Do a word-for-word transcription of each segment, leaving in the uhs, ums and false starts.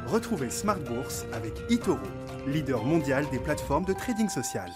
Retrouvez Smart Bourse avec eToro, leader mondial des plateformes de trading social.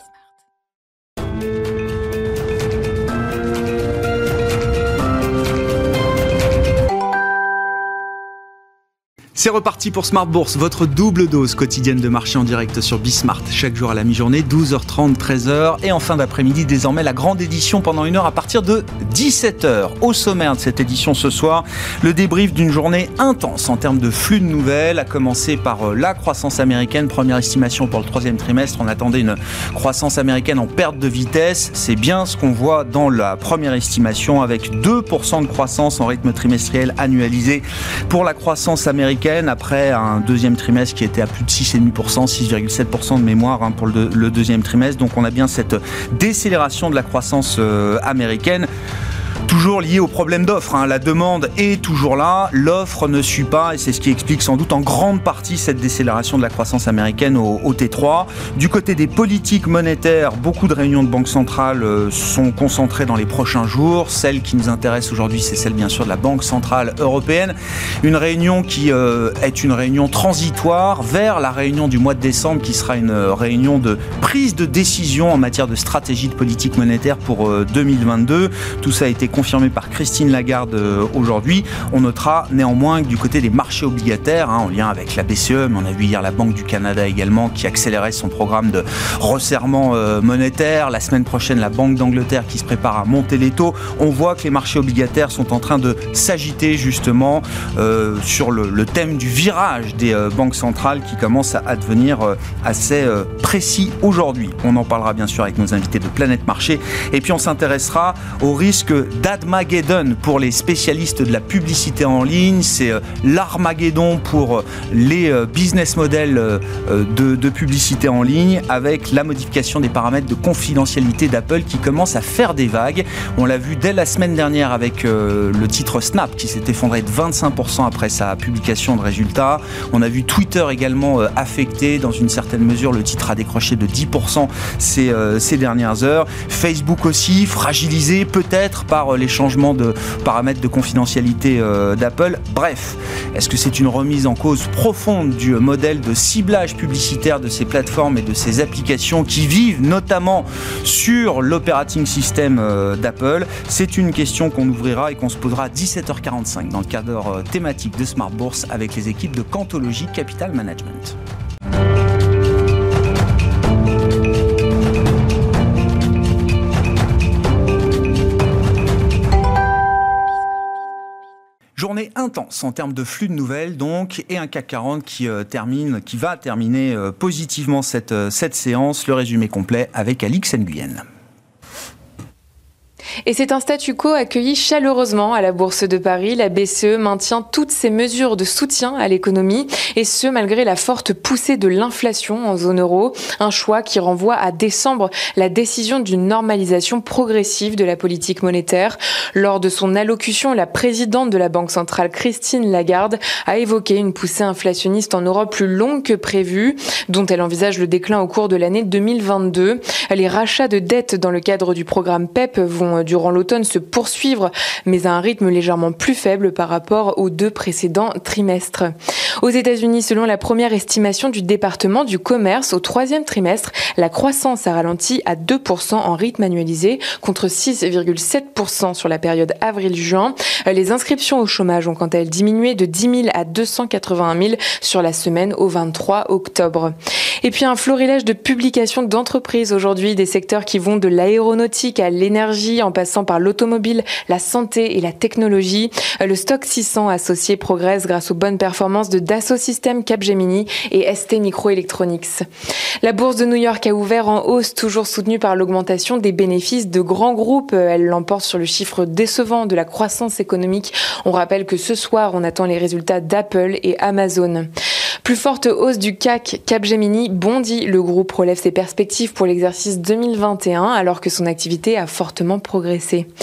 C'est reparti pour Smart Bourse, votre double dose quotidienne de marché en direct sur Bismart. Chaque jour à la mi-journée, douze heures trente, treize heures. Et en fin d'après-midi, désormais, la grande édition pendant une heure à partir de dix-sept heures. Au sommaire de cette édition ce soir, le débrief d'une journée intense en termes de flux de nouvelles, à commencer par la croissance américaine. Première estimation pour le troisième trimestre. On attendait une croissance américaine en perte de vitesse. C'est bien ce qu'on voit dans la première estimation, avec deux pour cent de croissance en rythme trimestriel annualisé pour la croissance américaine, après un deuxième trimestre qui était à plus de six virgule cinq pour cent, six virgule sept pour cent de mémoire hein, pour le, le deuxième trimestre. Donc on a bien cette décélération de la croissance euh, américaine. Toujours lié au problème d'offre, hein. La demande est toujours là, l'offre ne suit pas et c'est ce qui explique sans doute en grande partie cette décélération de la croissance américaine au, au T trois. Du côté des politiques monétaires, beaucoup de réunions de banque centrale euh, sont concentrées dans les prochains jours. Celle qui nous intéresse aujourd'hui, c'est celle bien sûr de la Banque centrale européenne. Une réunion qui euh, est une réunion transitoire vers la réunion du mois de décembre qui sera une réunion de prise de décision en matière de stratégie de politique monétaire pour euh, deux mille vingt-deux. Tout ça a été confirmé par Christine Lagarde euh, aujourd'hui. On notera néanmoins que du côté des marchés obligataires, hein, en lien avec la B C E, mais on a vu hier la Banque du Canada également qui accélérait son programme de resserrement euh, monétaire. La semaine prochaine, la Banque d'Angleterre qui se prépare à monter les taux. On voit que les marchés obligataires sont en train de s'agiter justement euh, sur le, le thème du virage des euh, banques centrales qui commence à, à devenir euh, assez euh, précis aujourd'hui. On en parlera bien sûr avec nos invités de Planète Marché. Et puis on s'intéressera au risque d'Armageddon pour les spécialistes de la publicité en ligne. C'est euh, l'Armageddon pour euh, les euh, business models euh, de, de publicité en ligne, avec la modification des paramètres de confidentialité d'Apple qui commence à faire des vagues. On l'a vu dès la semaine dernière avec euh, le titre Snap qui s'est effondré de vingt-cinq pour cent après sa publication de résultats. On a vu Twitter également euh, affecté dans une certaine mesure. Le titre a décroché de dix pour cent ces, euh, ces dernières heures. Facebook aussi fragilisé peut-être par les changements de paramètres de confidentialité euh, d'Apple. Bref, est-ce que c'est une remise en cause profonde du modèle de ciblage publicitaire de ces plateformes et de ces applications qui vivent notamment sur l'operating system euh, d'Apple? C'est une question qu'on ouvrira et qu'on se posera à dix-sept heures quarante-cinq dans le cadre euh, thématique de Smart Bourse avec les équipes de Cantologie Capital Management. Journée intense en termes de flux de nouvelles donc, et un C A C quarante qui euh, termine, qui va terminer euh, positivement cette, euh, cette séance. Le résumé complet avec Alix Nguyen. Et c'est un statu quo accueilli chaleureusement à la Bourse de Paris. La B C E maintient toutes ses mesures de soutien à l'économie, et ce malgré la forte poussée de l'inflation en zone euro. Un choix qui renvoie à décembre la décision d'une normalisation progressive de la politique monétaire. Lors de son allocution, la présidente de la Banque centrale, Christine Lagarde, a évoqué une poussée inflationniste en Europe plus longue que prévu, dont elle envisage le déclin au cours de l'année deux mille vingt-deux. Les rachats de dettes dans le cadre du programme P E P vont durant l'automne se poursuivre, mais à un rythme légèrement plus faible par rapport aux deux précédents trimestres. Aux États-Unis, selon la première estimation du département du commerce, au troisième trimestre, la croissance a ralenti à deux pour cent en rythme annualisé, contre six virgule sept pour cent sur la période avril-juin. Les inscriptions au chômage ont quant à elles diminué de dix mille à deux cent quatre-vingt mille sur la semaine au vingt-trois octobre. Et puis un florilège de publications d'entreprises aujourd'hui, des secteurs qui vont de l'aéronautique à l'énergie, en passant par l'automobile, la santé et la technologie. Le stock six cents associé progresse grâce aux bonnes performances de Dassault Systèmes, Capgemini et S T Microelectronics. La bourse de New York a ouvert en hausse, toujours soutenue par l'augmentation des bénéfices de grands groupes. Elle l'emporte sur le chiffre décevant de la croissance économique. On rappelle que ce soir, on attend les résultats d'Apple et Amazon. Plus forte hausse du C A C, Capgemini bondit. Le groupe relève ses perspectives pour l'exercice deux mille vingt et un alors que son activité a fortement progressé.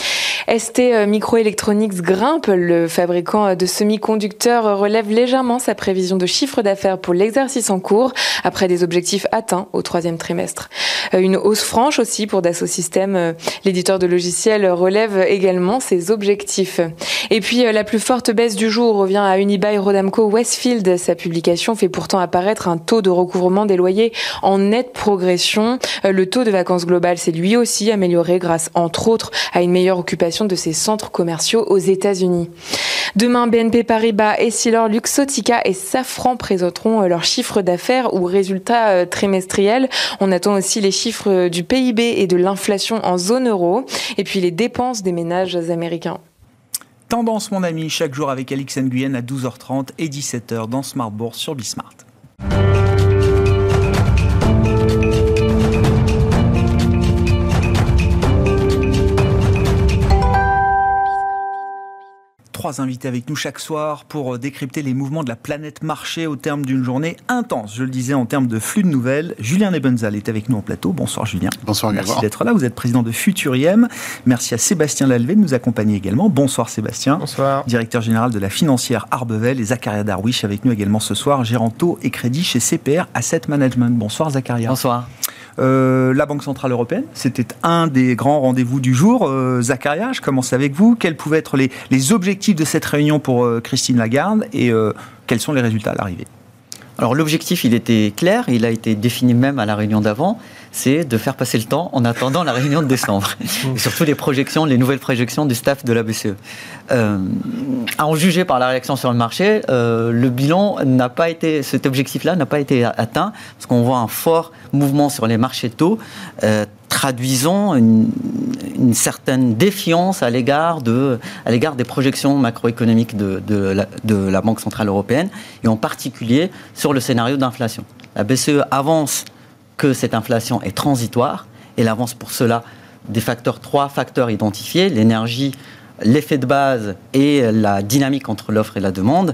S T Microelectronics grimpe. Le fabricant de semi-conducteurs relève légèrement sa prévision de chiffre d'affaires pour l'exercice en cours, après des objectifs atteints au troisième trimestre. Une hausse franche aussi pour Dassault Systèmes. L'éditeur de logiciels relève également ses objectifs. Et puis la plus forte baisse du jour revient à Unibail-Rodamco-Westfield. Sa publication fait pourtant apparaître un taux de recouvrement des loyers en nette progression. Le taux de vacances globales s'est lui aussi amélioré grâce entre autres à une meilleure occupation de ses centres commerciaux aux États-Unis. Demain, B N P Paribas, Essilor, Luxottica et Safran présenteront leurs chiffres d'affaires ou résultats trimestriels. On attend aussi les chiffres du P I B et de l'inflation en zone euro et puis les dépenses des ménages américains. Tendance, mon ami, chaque jour avec Alix Nguyen à douze heures trente et dix-sept heures dans Smart Bourse sur Bismart. Trois invités avec nous chaque soir pour décrypter les mouvements de la planète marché au terme d'une journée intense, je le disais, en termes de flux de nouvelles. Julien Nebenzal est avec nous en plateau. Bonsoir Julien. Bonsoir Grégoire. Merci d'être là. Vous êtes président de Futuriem. Merci à Sébastien Lalvé de nous accompagner également. Bonsoir Sébastien. Bonsoir. Directeur général de la financière Arbevel, et Zakaria Darwish avec nous également ce soir, gérant taux et crédit chez C P R Asset Management. Bonsoir Zakaria. Bonsoir. Euh, la Banque Centrale Européenne, c'était un des grands rendez-vous du jour. Euh, Zakaria, je commence avec vous. Quels pouvaient être les, les objectifs de cette réunion pour euh, Christine Lagarde et euh, quels sont les résultats à l'arrivée ? Alors l'objectif, il était clair, il a été défini même à la réunion d'avant, c'est de faire passer le temps en attendant la réunion de décembre. Et surtout les projections, les nouvelles projections du staff de la B C E. Euh, à en juger par la réaction sur le marché, euh, le bilan n'a pas été, cet objectif-là n'a pas été atteint, parce qu'on voit un fort mouvement sur les marchés de taux, euh, traduisant une, une certaine défiance à l'égard, de, à l'égard des projections macroéconomiques de, de, la, de la Banque Centrale Européenne, et en particulier sur le scénario d'inflation. La B C E avance que cette inflation est transitoire, et elle avance pour cela des facteurs, trois facteurs identifiés, l'énergie, l'effet de base et la dynamique entre l'offre et la demande.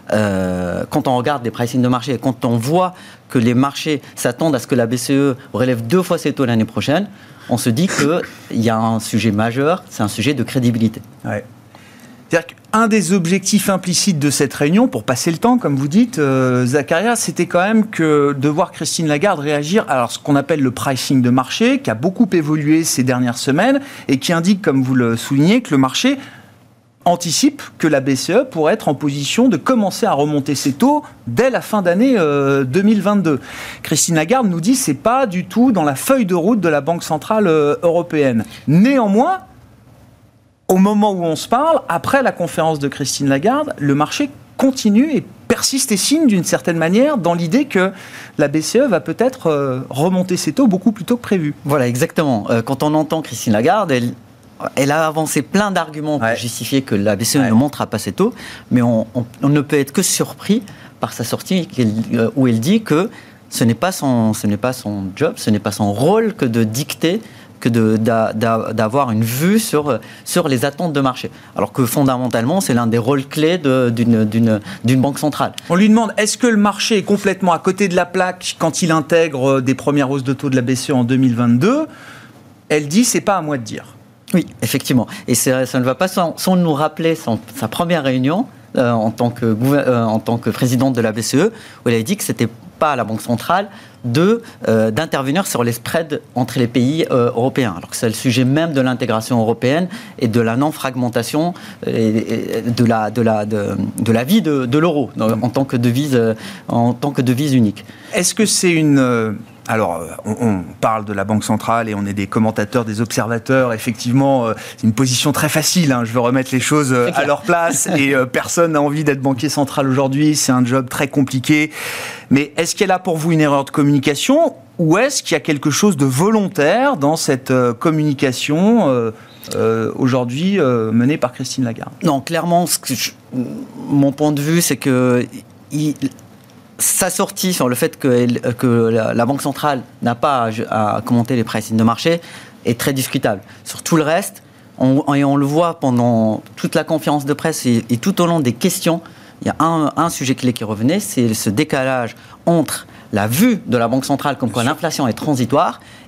Euh, quand on regarde les pricing de marché et quand on voit que les marchés s'attendent à ce que la B C E relève deux fois ses taux l'année prochaine, on se dit qu'il y a un sujet majeur, c'est un sujet de crédibilité. Ouais. C'est-à-dire qu'un des objectifs implicites de cette réunion, pour passer le temps, comme vous dites, euh, Zakaria, c'était quand même que de voir Christine Lagarde réagir à ce qu'on appelle le pricing de marché, qui a beaucoup évolué ces dernières semaines et qui indique, comme vous le soulignez, que le marché anticipe que la B C E pourrait être en position de commencer à remonter ses taux dès la fin d'année euh, deux mille vingt-deux. Christine Lagarde nous dit que ce n'est pas du tout dans la feuille de route de la Banque Centrale euh, Européenne. Néanmoins, au moment où on se parle, après la conférence de Christine Lagarde, le marché continue et persiste et signe d'une certaine manière dans l'idée que la B C E va peut-être euh, remonter ses taux beaucoup plus tôt que prévu. Voilà, exactement. Euh, quand on entend Christine Lagarde, elle... Elle a avancé plein d'arguments pour ouais. justifier que la B C E ouais. ne montera pas ses taux, mais on, on, on ne peut être que surpris par sa sortie où elle dit que ce n'est pas son, ce n'est pas son job, ce n'est pas son rôle que de dicter, que de, d'a, d'a, d'avoir une vue sur, sur les attentes de marché. Alors que fondamentalement, c'est l'un des rôles clés de, d'une, d'une, d'une banque centrale. On lui demande, est-ce que le marché est complètement à côté de la plaque quand il intègre des premières hausses de taux de la B C E en deux mille vingt-deux ? Elle dit, c'est pas à moi de dire. Oui, effectivement. Et ça, ça ne va pas sans, sans nous rappeler son, sa première réunion euh, en, tant que, euh, en tant que présidente de la B C E, où elle a dit que ce n'était pas à la Banque centrale de, euh, d'intervenir sur les spreads entre les pays euh, européens. Alors que c'est le sujet même de l'intégration européenne et de la non-fragmentation et, et de, la, de, la, de, de la vie de, de l'euro en, en tant que devise, en tant que devise unique. Est-ce que c'est une... Euh... Alors, on, on parle de la Banque centrale et on est des commentateurs, des observateurs. Effectivement, euh, c'est une position très facile. Hein. Je veux remettre les choses euh, à leur place. Et euh, personne n'a envie d'être banquier central aujourd'hui. C'est un job très compliqué. Mais est-ce qu'elle a pour vous une erreur de communication ou est-ce qu'il y a quelque chose de volontaire dans cette euh, communication euh, euh, aujourd'hui euh, menée par Christine Lagarde ? Non, clairement, ce que je, mon point de vue, c'est que... Il, sa sortie sur le fait que, que la, la Banque centrale n'a pas à, à commenter les pricing de marché est très discutable. Sur tout le reste, on, et on le voit pendant toute la conférence de presse et, et tout au long des questions, il y a un, un sujet clé qui revenait, c'est ce décalage entre la vue de la Banque centrale comme quoi l'inflation est transitoire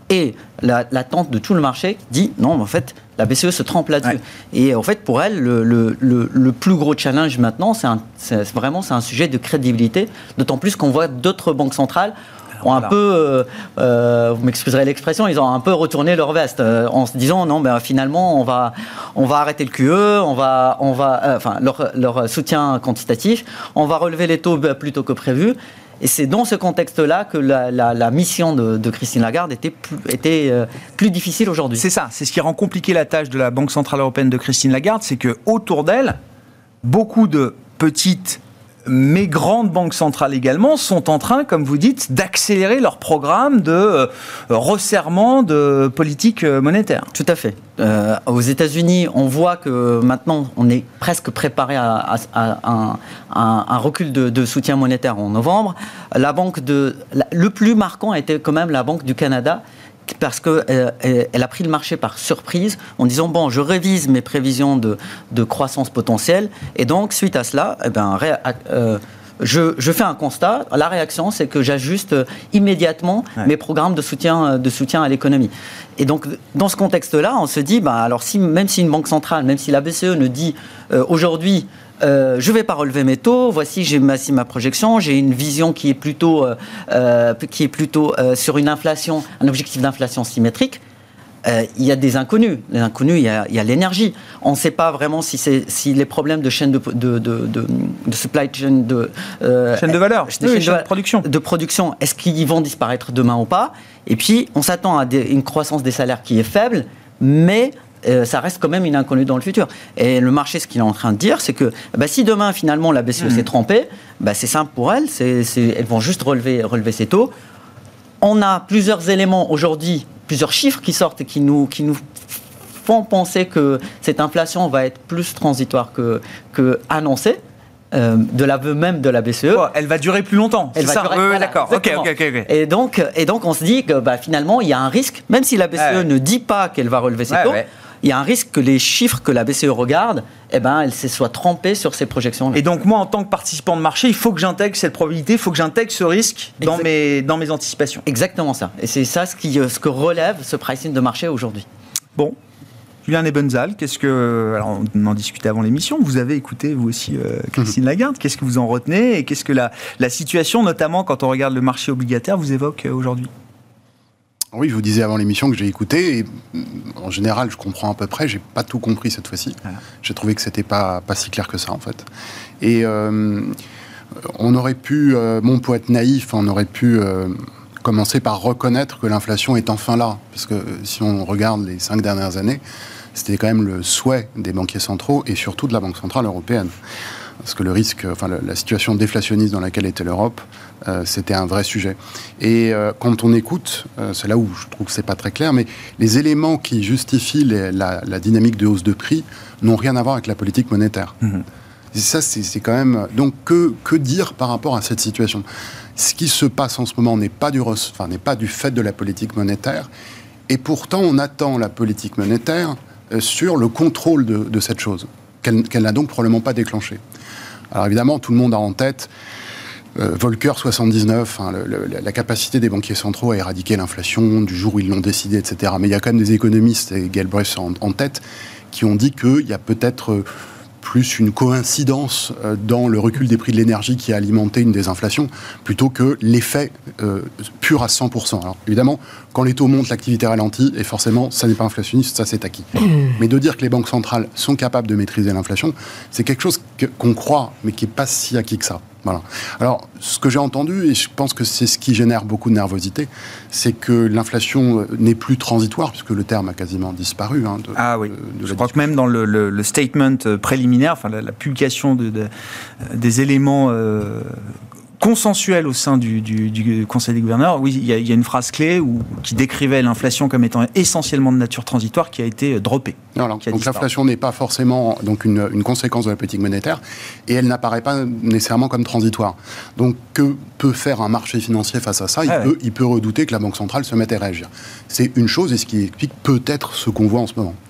Et la, l'attente de tout le marché dit non, mais en fait, la B C E se trompe là-dessus. Ouais. Et en fait, pour elle, le, le, le, le plus gros challenge maintenant, c'est, un, c'est vraiment c'est un sujet de crédibilité, d'autant plus qu'on voit d'autres banques centrales ont un voilà. peu, euh, euh, vous m'excuserez l'expression, ils ont un peu retourné leur veste euh, en se disant non, ben finalement on va, on va arrêter le Q E, on va, on va, euh, enfin leur, leur soutien quantitatif, on va relever les taux plus tôt que prévu. Et c'est dans ce contexte-là que la, la, la mission de, de Christine Lagarde était, plus, était euh, plus difficile aujourd'hui. C'est ça, c'est ce qui rend compliqué la tâche de la Banque Centrale Européenne de Christine Lagarde, c'est qu'autour d'elle, beaucoup de petites mais grandes banques centrales également sont en train, comme vous dites, d'accélérer leur programme de euh, resserrement de politique monétaire. Tout à fait. Euh, aux États-Unis, on voit que maintenant, on est presque préparé à, à, à, un, à un recul de, de soutien monétaire en novembre. La banque de, la, le plus marquant a été quand même la Banque du Canada, parce qu'elle euh, elle a pris le marché par surprise en disant bon, je révise mes prévisions de, de croissance potentielle, et donc suite à cela, eh ben, ré, euh, je, je fais un constat. La réaction, c'est que j'ajuste immédiatement ouais. mes programmes de soutien, de soutien à l'économie. Et donc dans ce contexte-là, on se dit ben, alors si, même si une banque centrale, même si la B C E ne dit euh, aujourd'hui Euh, je ne vais pas relever mes taux, voici j'ai ma, ma projection, j'ai une vision qui est plutôt, euh, qui est plutôt euh, sur une inflation, un objectif d'inflation symétrique. Euh, il y a des inconnus. Les inconnus, il y a, il y a l'énergie. On ne sait pas vraiment si, c'est, si les problèmes de chaîne de, de, de, de, de supply chain, de, euh, chaîne de valeur, de, oui, chaîne de, de production. de production, est-ce qu'ils vont disparaître demain ou pas? Et puis, on s'attend à des, une croissance des salaires qui est faible, mais Euh, ça reste quand même une inconnue dans le futur. Et le marché, ce qu'il est en train de dire, c'est que bah, si demain, finalement, la B C E mmh. s'est trompée, bah, c'est simple pour elles, c'est, c'est, elles vont juste relever, relever ses taux. On a plusieurs éléments aujourd'hui, plusieurs chiffres qui sortent et qui nous, qui nous font penser que cette inflation va être plus transitoire que, que annoncée. Euh, de l'aveu même de la B C E. Oh, elle va durer plus longtemps, elle c'est va ça durer, oui, voilà, d'accord. Okay, okay, okay, okay. Et, donc, et donc, on se dit que bah, finalement, il y a un risque, même si la B C E ouais, ne dit pas qu'elle va relever ses ouais, taux, ouais. il y a un risque que les chiffres que la B C E regarde, eh ben, elle se soit trompée sur ces projections-là. Et donc, moi, en tant que participant de marché, il faut que j'intègre cette probabilité, il faut que j'intègre ce risque dans, exact. mes, dans mes anticipations. Exactement ça. Et c'est ça ce, qui, ce que relève ce pricing de marché aujourd'hui. Bon. Julien Nebenzal, qu'est-ce que... Alors, on en discutait avant l'émission, vous avez écouté, vous aussi, euh, Christine Lagarde, qu'est-ce que vous en retenez et qu'est-ce que la, la situation, notamment quand on regarde le marché obligataire, vous évoque euh, aujourd'hui? Oui, je vous disais avant l'émission que j'ai écouté, et en général, je comprends à peu près, j'ai pas tout compris cette fois-ci. Voilà. J'ai trouvé que c'était pas, pas si clair que ça, en fait. Et euh, on aurait pu, euh, bon, pour être naïf, on aurait pu... Euh, commencer par reconnaître que l'inflation est enfin là. Parce que si on regarde les cinq dernières années, c'était quand même le souhait des banquiers centraux et surtout de la Banque Centrale Européenne. Parce que le risque, enfin la situation déflationniste dans laquelle était l'Europe, euh, c'était un vrai sujet. Et euh, quand on écoute, euh, c'est là où je trouve que c'est pas très clair, mais les éléments qui justifient les, la, la dynamique de hausse de prix n'ont rien à voir avec la politique monétaire. Mmh. Et ça, c'est, c'est quand même... Donc, que, que dire par rapport à cette situation ? Ce qui se passe en ce moment n'est pas, du, enfin, n'est pas du fait de la politique monétaire. Et pourtant, on attend la politique monétaire euh, sur le contrôle de, de cette chose, qu'elle, qu'elle n'a donc probablement pas déclenchée. Alors évidemment, tout le monde a en tête euh, Volcker soixante-dix-neuf, hein, le, le, la capacité des banquiers centraux à éradiquer l'inflation du jour où ils l'ont décidé, et cetera. Mais il y a quand même des économistes, et Galbraith en, en tête, qui ont dit qu'il y a peut-être... Euh, plus une coïncidence dans le recul des prix de l'énergie qui a alimenté une désinflation, plutôt que l'effet euh, pur à cent pour cent. Alors évidemment, quand les taux montent, l'activité ralentit, et forcément, ça n'est pas inflationniste, ça c'est acquis. Mais de dire que les banques centrales sont capables de maîtriser l'inflation, c'est quelque chose que, qu'on croit, mais qui n'est pas si acquis que ça. Voilà. Alors, ce que j'ai entendu, et je pense que c'est ce qui génère beaucoup de nervosité, c'est que l'inflation n'est plus transitoire, puisque le terme a quasiment disparu. Hein, de, ah oui, de, de je crois discussion. Que même dans le, le, le statement préliminaire, enfin la, la publication de, de, des éléments euh, consensuel au sein du, du, du Conseil des gouverneurs, oui, il y, y a une phrase clé où, qui décrivait l'inflation comme étant essentiellement de nature transitoire qui a été droppée. Voilà. Donc disparu. L'inflation n'est pas forcément donc une, une conséquence de la politique monétaire et elle n'apparaît pas nécessairement comme transitoire. Donc que peut faire un marché financier face à ça? Il, ah peut, ouais. il peut redouter que la Banque centrale se mette à réagir. C'est une chose et ce qui explique peut-être ce qu'on voit en ce moment.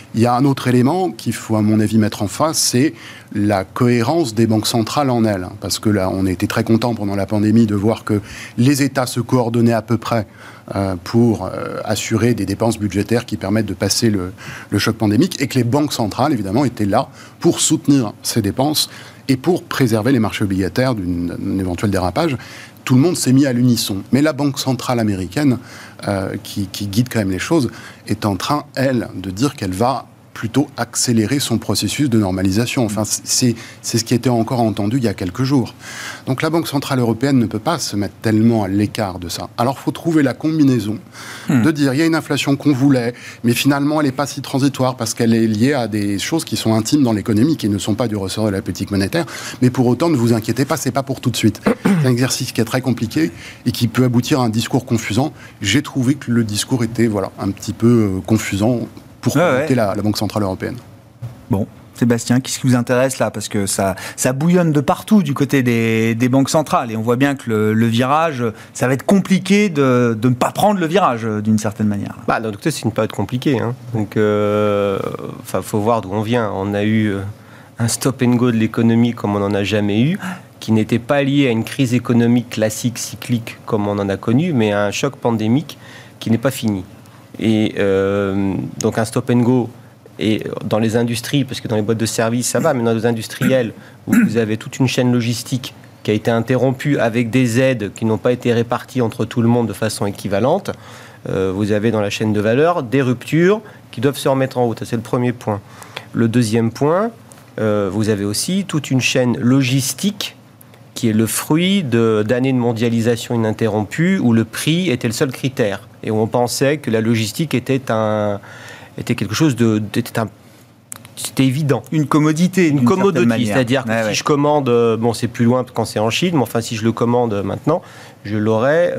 Il y a un autre élément qu'il faut, à mon avis, mettre en face, c'est la cohérence des banques centrales en elles. Parce que là, on a été très contents pendant la pandémie de voir que les États se coordonnaient à peu près euh, pour euh, assurer des dépenses budgétaires qui permettent de passer le, le choc pandémique, et que les banques centrales, évidemment, étaient là pour soutenir ces dépenses et pour préserver les marchés obligataires d'un éventuel dérapage. Tout le monde s'est mis à l'unisson. Mais la Banque centrale américaine, euh, qui, qui guide quand même les choses, est en train, elle, de dire qu'elle va plutôt accélérer son processus de normalisation. Enfin, c'est, c'est ce qui était encore entendu il y a quelques jours. Donc la Banque centrale européenne ne peut pas se mettre tellement à l'écart de ça. Alors il faut trouver la combinaison hmm. de dire il y a une inflation qu'on voulait, mais finalement elle n'est pas si transitoire parce qu'elle est liée à des choses qui sont intimes dans l'économie, qui ne sont pas du ressort de la politique monétaire. Mais pour autant, ne vous inquiétez pas, c'est pas pour tout de suite. C'est un exercice qui est très compliqué et qui peut aboutir à un discours confusant. J'ai trouvé que le discours était voilà, un petit peu confusant pour ouais, ouais. La, la Banque Centrale Européenne. Bon, Sébastien, qu'est-ce qui vous intéresse là ? Parce que ça, ça bouillonne de partout du côté des, des banques centrales. Et on voit bien que le, le virage, ça va être compliqué de, de ne pas prendre le virage d'une certaine manière. Bah, d'un côté, c'est une période compliquée. Hein. Donc, euh, faut voir d'où on vient. On a eu un stop and go de l'économie comme on n'en a jamais eu, qui n'était pas lié à une crise économique classique, cyclique, comme on en a connu, mais à un choc pandémique qui n'est pas fini. Et euh, donc un stop and go, et dans les industries, parce que dans les boîtes de services ça va, mais dans les industriels où vous avez toute une chaîne logistique qui a été interrompue avec des aides qui n'ont pas été réparties entre tout le monde de façon équivalente, euh, vous avez dans la chaîne de valeur des ruptures qui doivent se remettre en route. Ça, c'est le premier point. Le deuxième point, euh, vous avez aussi toute une chaîne logistique qui est le fruit de, d'années de mondialisation ininterrompue où le prix était le seul critère et où on pensait que la logistique était, un, était quelque chose de... Était un, c'était évident. Une commodité, une commodité, c'est-à-dire que ouais, si ouais. je commande, bon c'est plus loin quand c'est en Chine, mais enfin si je le commande maintenant, je l'aurai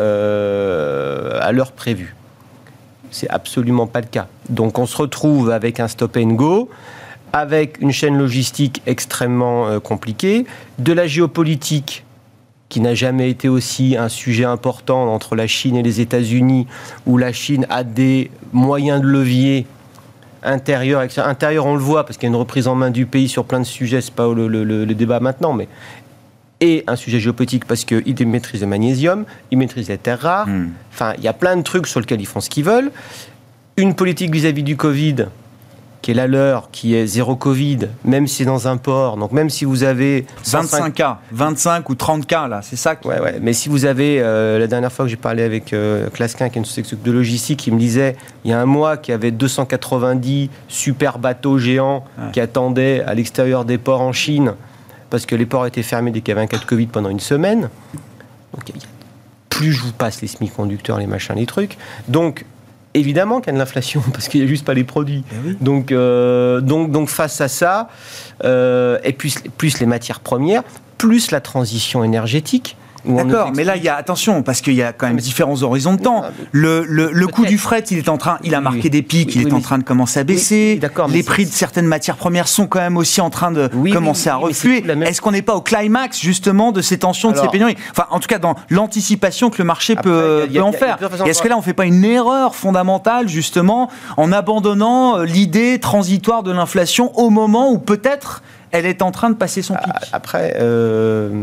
euh, à l'heure prévue. C'est absolument pas le cas. Donc on se retrouve avec un stop and go, avec une chaîne logistique extrêmement euh, compliquée, de la géopolitique qui n'a jamais été aussi un sujet important entre la Chine et les États-Unis, où la Chine a des moyens de levier intérieurs. Intérieur, on le voit, parce qu'il y a une reprise en main du pays sur plein de sujets, c'est pas le, le, le, le débat maintenant, mais... Et un sujet géopolitique, parce qu'ils maîtrisent le magnésium, ils maîtrisent les terres rares, mmh. Enfin, il y a plein de trucs sur lesquels ils font ce qu'ils veulent. Une politique vis-à-vis du Covid... qui est la leur, qui est zéro Covid, même si c'est dans un port, donc même si vous avez... vingt-cinq cas, vingt-cinq ou trente cas, là, c'est ça qui... Ouais, ouais, mais si vous avez... Euh, la dernière fois que j'ai parlé avec euh, Clasquin, qui est une société de logistique, il me disait, il y a un mois, qu'il y avait deux cent quatre-vingt-dix super bateaux géants ouais. qui attendaient à l'extérieur des ports en Chine, parce que les ports étaient fermés dès qu'il y avait un cas de Covid pendant une semaine. Donc, plus je vous passe les semi-conducteurs, les machins, les trucs. Donc... Évidemment qu'il y a de l'inflation, parce qu'il n'y a juste pas les produits. Oui. Donc, euh, donc, donc, face à ça, euh, et plus, plus les matières premières, plus la transition énergétique. D'accord, mais là, il y a attention, parce qu'il y a quand même mais différents horizons de temps. Le, le, le coût du fret, il est en train, il a marqué oui, des pics, oui, il est oui, en train de commencer à baisser. Oui, d'accord, les prix de certaines matières premières sont quand même aussi en train de oui, commencer oui, oui, à refluer. Même... Est-ce qu'on n'est pas au climax, justement, de ces tensions, Alors, de ces pénuries ? Enfin, en tout cas, dans l'anticipation que le marché après, peut, y a, peut y a, en faire. Et est-ce que là, on ne fait pas une erreur fondamentale, justement, en abandonnant l'idée transitoire de l'inflation au moment où peut-être elle est en train de passer son pic ? Après... Euh...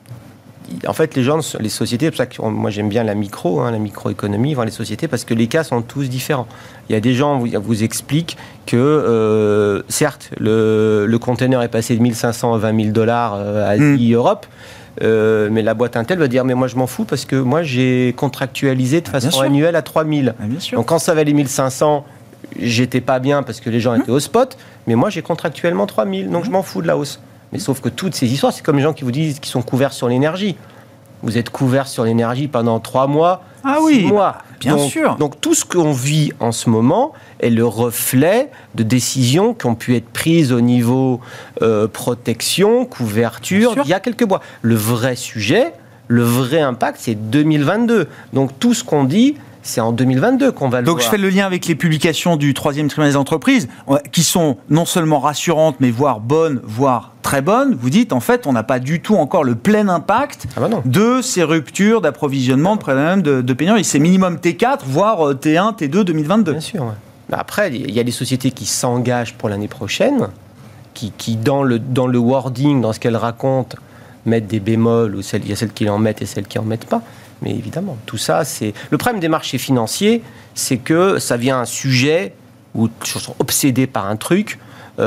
En fait, les gens, les sociétés, c'est pour ça que moi j'aime bien la micro, hein, la microéconomie, voir les sociétés, parce que les cas sont tous différents. Il y a des gens qui vous, vous expliquent que, euh, certes, le, le container est passé de mille cinq cents à vingt mille dollars euh, Asie, mmh. Europe, euh, mais la boîte Intel va dire, mais moi je m'en fous parce que moi j'ai contractualisé de façon ah, annuelle à trois mille. Ah, Donc quand ça valait mille cinq cents, j'étais pas bien parce que les gens mmh. étaient au spot, mais moi j'ai contractuellement trois mille, donc mmh. je m'en fous de la hausse. Mais sauf que toutes ces histoires, c'est comme les gens qui vous disent qu'ils sont couverts sur l'énergie. Vous êtes couverts sur l'énergie pendant trois mois, ah oui, six mois. Bien donc, sûr. Donc tout ce qu'on vit en ce moment est le reflet de décisions qui ont pu être prises au niveau euh, protection, couverture, il y a quelques mois. Le vrai sujet, le vrai impact, c'est deux mille vingt-deux. Donc tout ce qu'on dit... C'est en deux mille vingt-deux qu'on va le Donc voir. je fais le lien avec les publications du troisième trimestre des entreprises, qui sont non seulement rassurantes, mais voire bonnes, voire très bonnes. Vous dites, en fait, on n'a pas du tout encore le plein impact ah bah de ces ruptures d'approvisionnement, de problèmes de, de pénurie. C'est minimum T quatre, voire T un, T deux deux mille vingt-deux. Bien sûr, ouais. Après, il y a des sociétés qui s'engagent pour l'année prochaine, qui, qui dans, le, dans le wording, dans ce qu'elles racontent, mettent des bémols, ou celles, il y a celles qui en mettent et celles qui n'en mettent pas. Mais évidemment, tout ça, c'est... Le problème des marchés financiers, c'est que ça vient un sujet où ils sont obsédés par un truc,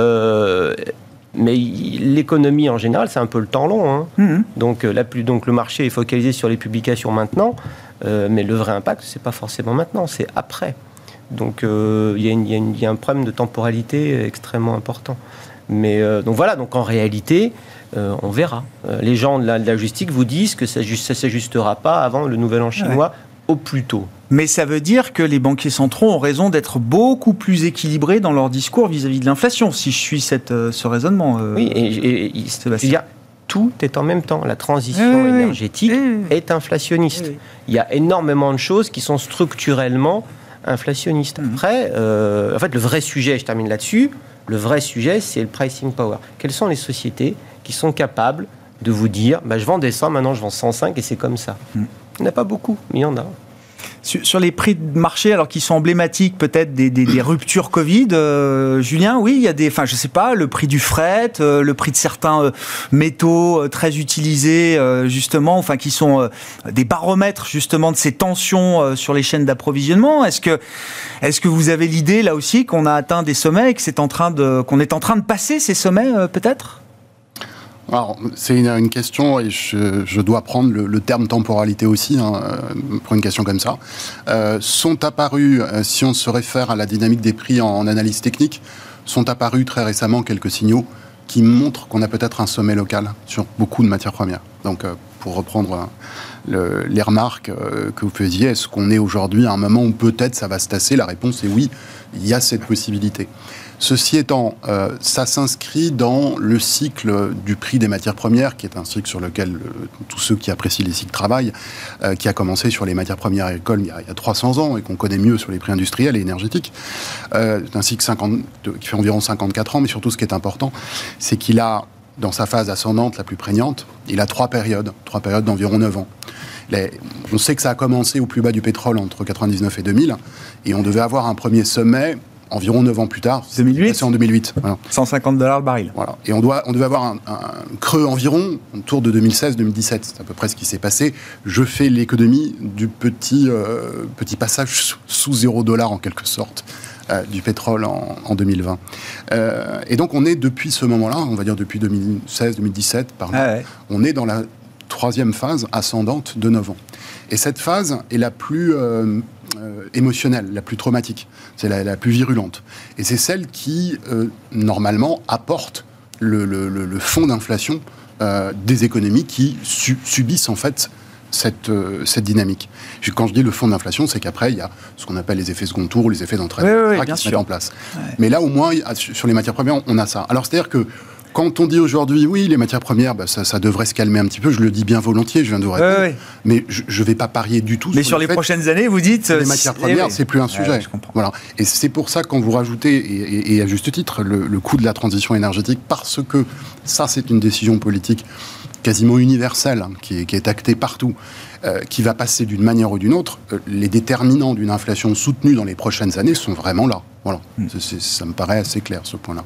euh, mais l'économie en général, c'est un peu le temps long. Hein. Mmh. Donc, la plus, donc le marché est focalisé sur les publications maintenant, euh, mais le vrai impact, c'est pas forcément maintenant, c'est après. Donc, euh, il y, y, y a un problème de temporalité extrêmement important. Mais euh, donc voilà, donc en réalité, euh, on verra. Euh, les gens de la, de la logistique vous disent que ça ne s'ajustera pas avant le nouvel an chinois, ouais. au plus tôt. Mais ça veut dire que les banquiers centraux ont raison d'être beaucoup plus équilibrés dans leur discours vis-à-vis de l'inflation, si je suis cette, euh, ce raisonnement. Euh, oui, et, et, et Sébastien. Tout est en même temps. La transition oui, énergétique oui, oui. est inflationniste. Oui, oui. Il y a énormément de choses qui sont structurellement inflationnistes. Mmh. Après, euh, en fait, le vrai sujet, je termine là-dessus, le vrai sujet, c'est le pricing power. Quelles sont les sociétés qui sont capables de vous dire bah, je vends des cent, maintenant je vends cent cinq et c'est comme ça. Mmh. Il n'y en a pas beaucoup, mais il y en a. Sur, sur les prix de marché, alors qui sont emblématiques peut-être des, des, des ruptures Covid, euh, Julien, oui, il y a des, enfin, je sais pas, le prix du fret, euh, le prix de certains euh, métaux euh, très utilisés, euh, justement, enfin, qui sont euh, des baromètres justement de ces tensions euh, sur les chaînes d'approvisionnement. Est-ce que, est-ce que vous avez l'idée là aussi qu'on a atteint des sommets et que c'est en train de, qu'on est en train de passer ces sommets, euh, peut-être ? Alors, c'est une, une question, et je, je dois prendre le, le terme temporalité aussi, hein, pour une question comme ça. Euh, sont apparus, euh, si on se réfère à la dynamique des prix en, en analyse technique, sont apparus très récemment quelques signaux qui montrent qu'on a peut-être un sommet local sur beaucoup de matières premières. Donc, euh, pour reprendre euh, le, les remarques euh, que vous faisiez, est-ce qu'on est aujourd'hui à un moment où peut-être ça va se tasser ? La réponse est oui, il y a cette possibilité. Ceci étant, euh, ça s'inscrit dans le cycle du prix des matières premières, qui est un cycle sur lequel euh, tous ceux qui apprécient les cycles travaillent, euh, qui a commencé sur les matières premières agricoles il y a, il y a trois cents ans et qu'on connaît mieux sur les prix industriels et énergétiques. Euh, c'est un cycle cinquante, qui fait environ cinquante-quatre ans, mais surtout ce qui est important, c'est qu'il a, dans sa phase ascendante la plus prégnante, il a trois périodes, trois périodes d'environ neuf ans. Les, on sait que ça a commencé au plus bas du pétrole entre quatre-vingt-dix-neuf et deux mille, et on devait avoir un premier sommet environ neuf ans plus tard, deux mille huit c'est en deux mille huit. Voilà. cent cinquante dollars le baril. Voilà. Et on, doit, on devait avoir un, un creux environ autour de deux mille seize deux mille dix-sept. C'est à peu près ce qui s'est passé. Je fais l'économie du petit, euh, petit passage sous, sous zéro dollar en quelque sorte euh, du pétrole en, en deux mille vingt. Euh, et donc on est depuis ce moment-là, on va dire depuis deux mille seize deux mille dix-sept, par là, ah ouais. on est dans la troisième phase ascendante de neuf ans. Et cette phase est la plus euh, euh, émotionnelle, la plus traumatique, c'est la, la plus virulente. Et c'est celle qui, euh, normalement, apporte le, le, le fond d'inflation euh, des économies qui su- subissent, en fait, cette, euh, cette dynamique. Quand je dis le fond d'inflation, c'est qu'après, il y a ce qu'on appelle les effets second tour, les effets d'entraînement oui, oui, oui, qui se mettent en place. Ouais. Mais là, au moins, sur les matières premières, on a ça. Alors, c'est-à-dire que quand on dit aujourd'hui, oui, les matières premières, bah, ça, ça devrait se calmer un petit peu, je le dis bien volontiers, je viens de vous répondre, ouais, ouais. mais je ne vais pas parier du tout. Mais sur, sur les fait, prochaines années, vous dites... Les matières premières, oui. c'est plus un sujet. Ouais, je comprends. Voilà. Et c'est pour ça, quand vous rajoutez, et, et, et à juste titre, le, le coût de la transition énergétique, parce que ça, c'est une décision politique quasiment universelle, hein, qui, est, qui est actée partout, euh, qui va passer d'une manière ou d'une autre, euh, les déterminants d'une inflation soutenue dans les prochaines années sont vraiment là. Voilà. Mm. C'est, c'est, ça me paraît assez clair, ce point-là.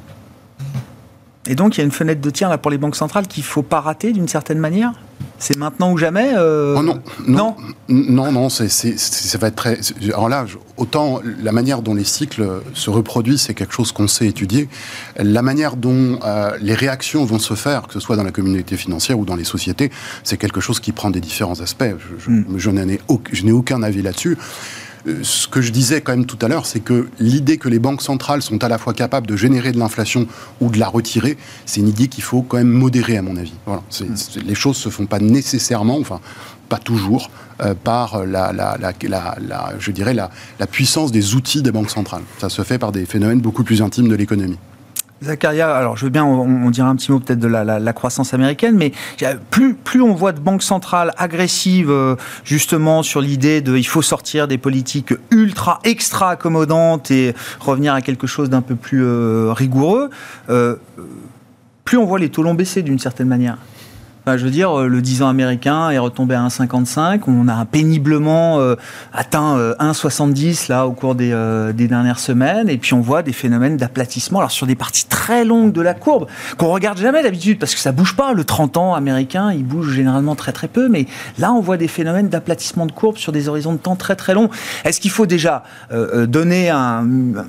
Et donc, il y a une fenêtre de tir là, pour les banques centrales qu'il ne faut pas rater d'une certaine manière ? C'est maintenant ou jamais euh... oh non, non, non, non, non c'est, c'est, c'est, ça va être très... Alors là, autant la manière dont les cycles se reproduisent, c'est quelque chose qu'on sait étudier. La manière dont euh, les réactions vont se faire, que ce soit dans la communauté financière ou dans les sociétés, c'est quelque chose qui prend des différents aspects. Je, je, mm. je, n'en ai, au, je n'ai aucun avis là-dessus. Ce que je disais quand même tout à l'heure, c'est que l'idée que les banques centrales sont à la fois capables de générer de l'inflation ou de la retirer, c'est une idée qu'il faut quand même modérer, à mon avis. Voilà. C'est, c'est, les choses ne se font pas nécessairement, enfin, pas toujours, euh, par la, la, la, la, la, je dirais la, la puissance des outils des banques centrales. Ça se fait par des phénomènes beaucoup plus intimes de l'économie. Zacharia, alors je veux bien, on, on dira un petit mot peut-être de la, la, la croissance américaine, mais plus, plus on voit de banques centrales agressives justement sur l'idée de il faut sortir des politiques ultra, extra accommodantes et revenir à quelque chose d'un peu plus euh, rigoureux, euh, plus on voit les taux longs baisser d'une certaine manière. Enfin, je veux dire, le dix ans américain est retombé à un virgule cinquante-cinq. On a péniblement euh, atteint euh, un virgule soixante-dix là au cours des, euh, des dernières semaines. Et puis on voit des phénomènes d'aplatissement. Alors sur des parties très longues de la courbe qu'on regarde jamais d'habitude parce que ça bouge pas. Le trente ans américain, il bouge généralement très très peu. Mais là, on voit des phénomènes d'aplatissement de courbe sur des horizons de temps très très longs. Est-ce qu'il faut déjà euh, donner un,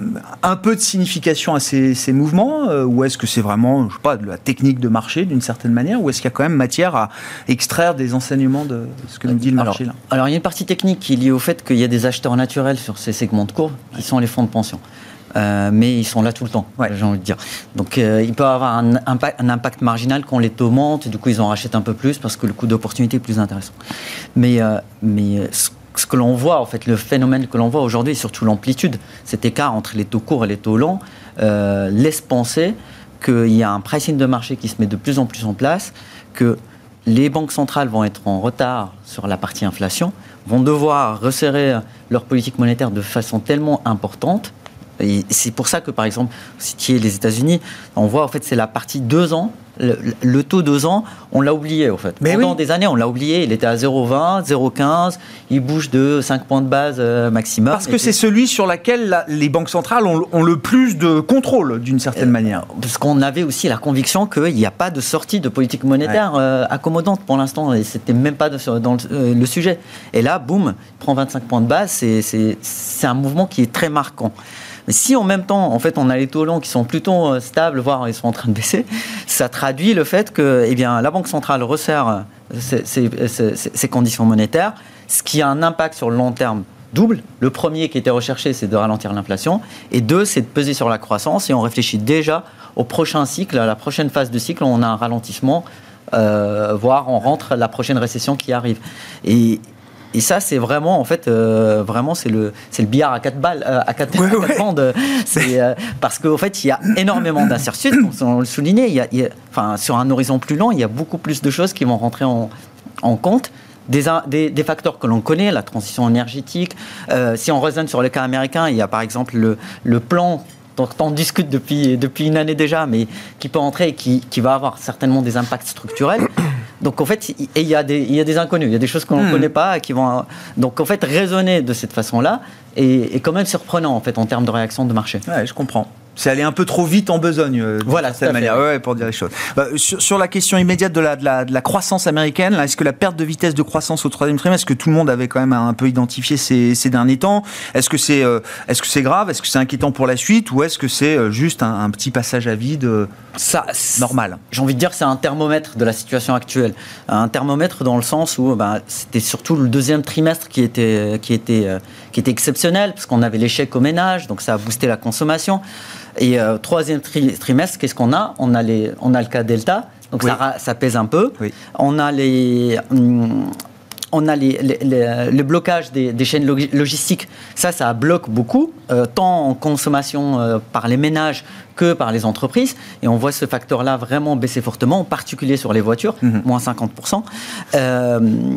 un peu de signification à ces, ces mouvements euh, ou est-ce que c'est vraiment, je sais pas, de la technique de marché d'une certaine manière, ou est-ce qu'il y a quand même matière à extraire des enseignements de ce que nous dit le marché alors, là. alors il y a une partie technique qui est liée au fait qu'il y a des acheteurs naturels sur ces segments de courbe qui sont les fonds de pension. Euh, mais ils sont là tout le temps, ouais. j'ai envie de dire. Donc euh, il peut avoir un impact, un impact marginal quand les taux montent, et du coup ils en rachètent un peu plus parce que le coût d'opportunité est plus intéressant. Mais, euh, mais ce, ce que l'on voit, en fait, le phénomène que l'on voit aujourd'hui, et surtout l'amplitude, cet écart entre les taux courts et les taux longs, euh, laisse penser qu'il y a un pricing de marché qui se met de plus en plus en place, que les banques centrales vont être en retard sur la partie inflation, vont devoir resserrer leur politique monétaire de façon tellement importante. Et c'est pour ça que, par exemple, si tu es les États-Unis, on voit, en fait, c'est la partie deux ans. Le, le taux deux ans, on l'a oublié, en fait. Mais Pendant oui. des années, on l'a oublié. Il était à zéro virgule vingt, zéro virgule quinze. Il bouge de cinq points de base euh, maximum. Parce que c'est celui sur lequel la, les banques centrales ont, ont le plus de contrôle, d'une certaine euh, manière. Parce qu'on avait aussi la conviction qu'il n'y a pas de sortie de politique monétaire ouais. euh, accommodante pour l'instant. Et c'était même pas de, dans le, euh, le sujet. Et là, boum, il prend vingt-cinq points de base. C'est, c'est, c'est un mouvement qui est très marquant. Mais si en même temps, en fait, on a les taux longs qui sont plutôt stables, voire ils sont en train de baisser, ça traduit le fait que, eh bien, la Banque centrale resserre ses, ses, ses, ses conditions monétaires, ce qui a un impact sur le long terme double. Le premier qui était recherché, c'est de ralentir l'inflation, et deux, c'est de peser sur la croissance. Et on réfléchit déjà au prochain cycle, à la prochaine phase de cycle, où on a un ralentissement, euh, voire on rentre la prochaine récession qui arrive. Et Et ça, c'est vraiment, en fait, euh, vraiment, c'est le, c'est le billard à quatre balles, euh, à quatre, ouais, à quatre ouais. bandes. C'est, euh, parce qu'en fait, il y a énormément d'incertitudes, comme on le soulignait. Il y a, il y a, enfin, sur un horizon plus long, il y a beaucoup plus de choses qui vont rentrer en, en compte. Des, des, des facteurs que l'on connaît, la transition énergétique. Euh, si on raisonne sur le cas américain, il y a par exemple le, le plan dont on discute depuis, depuis une année déjà, mais qui peut entrer et qui, qui va avoir certainement des impacts structurels. Donc en fait, il y a des, il y a des inconnus, il y a des choses qu'on ne mmh. connaît pas. Qui vont, donc en fait, raisonner de cette façon-là est, est quand même surprenant en, fait, en termes de réaction de marché. Ouais, je comprends. C'est aller un peu trop vite en besogne, euh, voilà, de cette manière, ouais, pour dire les choses. Bah, sur, sur la question immédiate de la, de la, de la croissance américaine, là, est-ce que la perte de vitesse de croissance au troisième trimestre, est-ce que tout le monde avait quand même un peu identifié ces, ces derniers temps, est-ce que c'est, euh, est-ce que c'est grave, est-ce que c'est inquiétant pour la suite, ou est-ce que c'est euh, juste un, un petit passage à vide euh, ça, normal? J'ai envie de dire que c'est un thermomètre de la situation actuelle. Un thermomètre dans le sens où bah, c'était surtout le deuxième trimestre qui était, qui était, euh, qui était exceptionnel, parce qu'on avait l'échec au ménage, donc ça a boosté la consommation. Et euh, troisième tri- trimestre, qu'est-ce qu'on a on a, les, on a le cas Delta, donc oui. ça, ça pèse un peu. Oui. On a les... Hum, on a les, les, les, le blocage des, des chaînes logistiques. Ça, ça bloque beaucoup, euh, tant en consommation euh, par les ménages que par les entreprises. Et on voit ce facteur-là vraiment baisser fortement, en particulier sur les voitures, mmh. moins cinquante pour cent. Euh,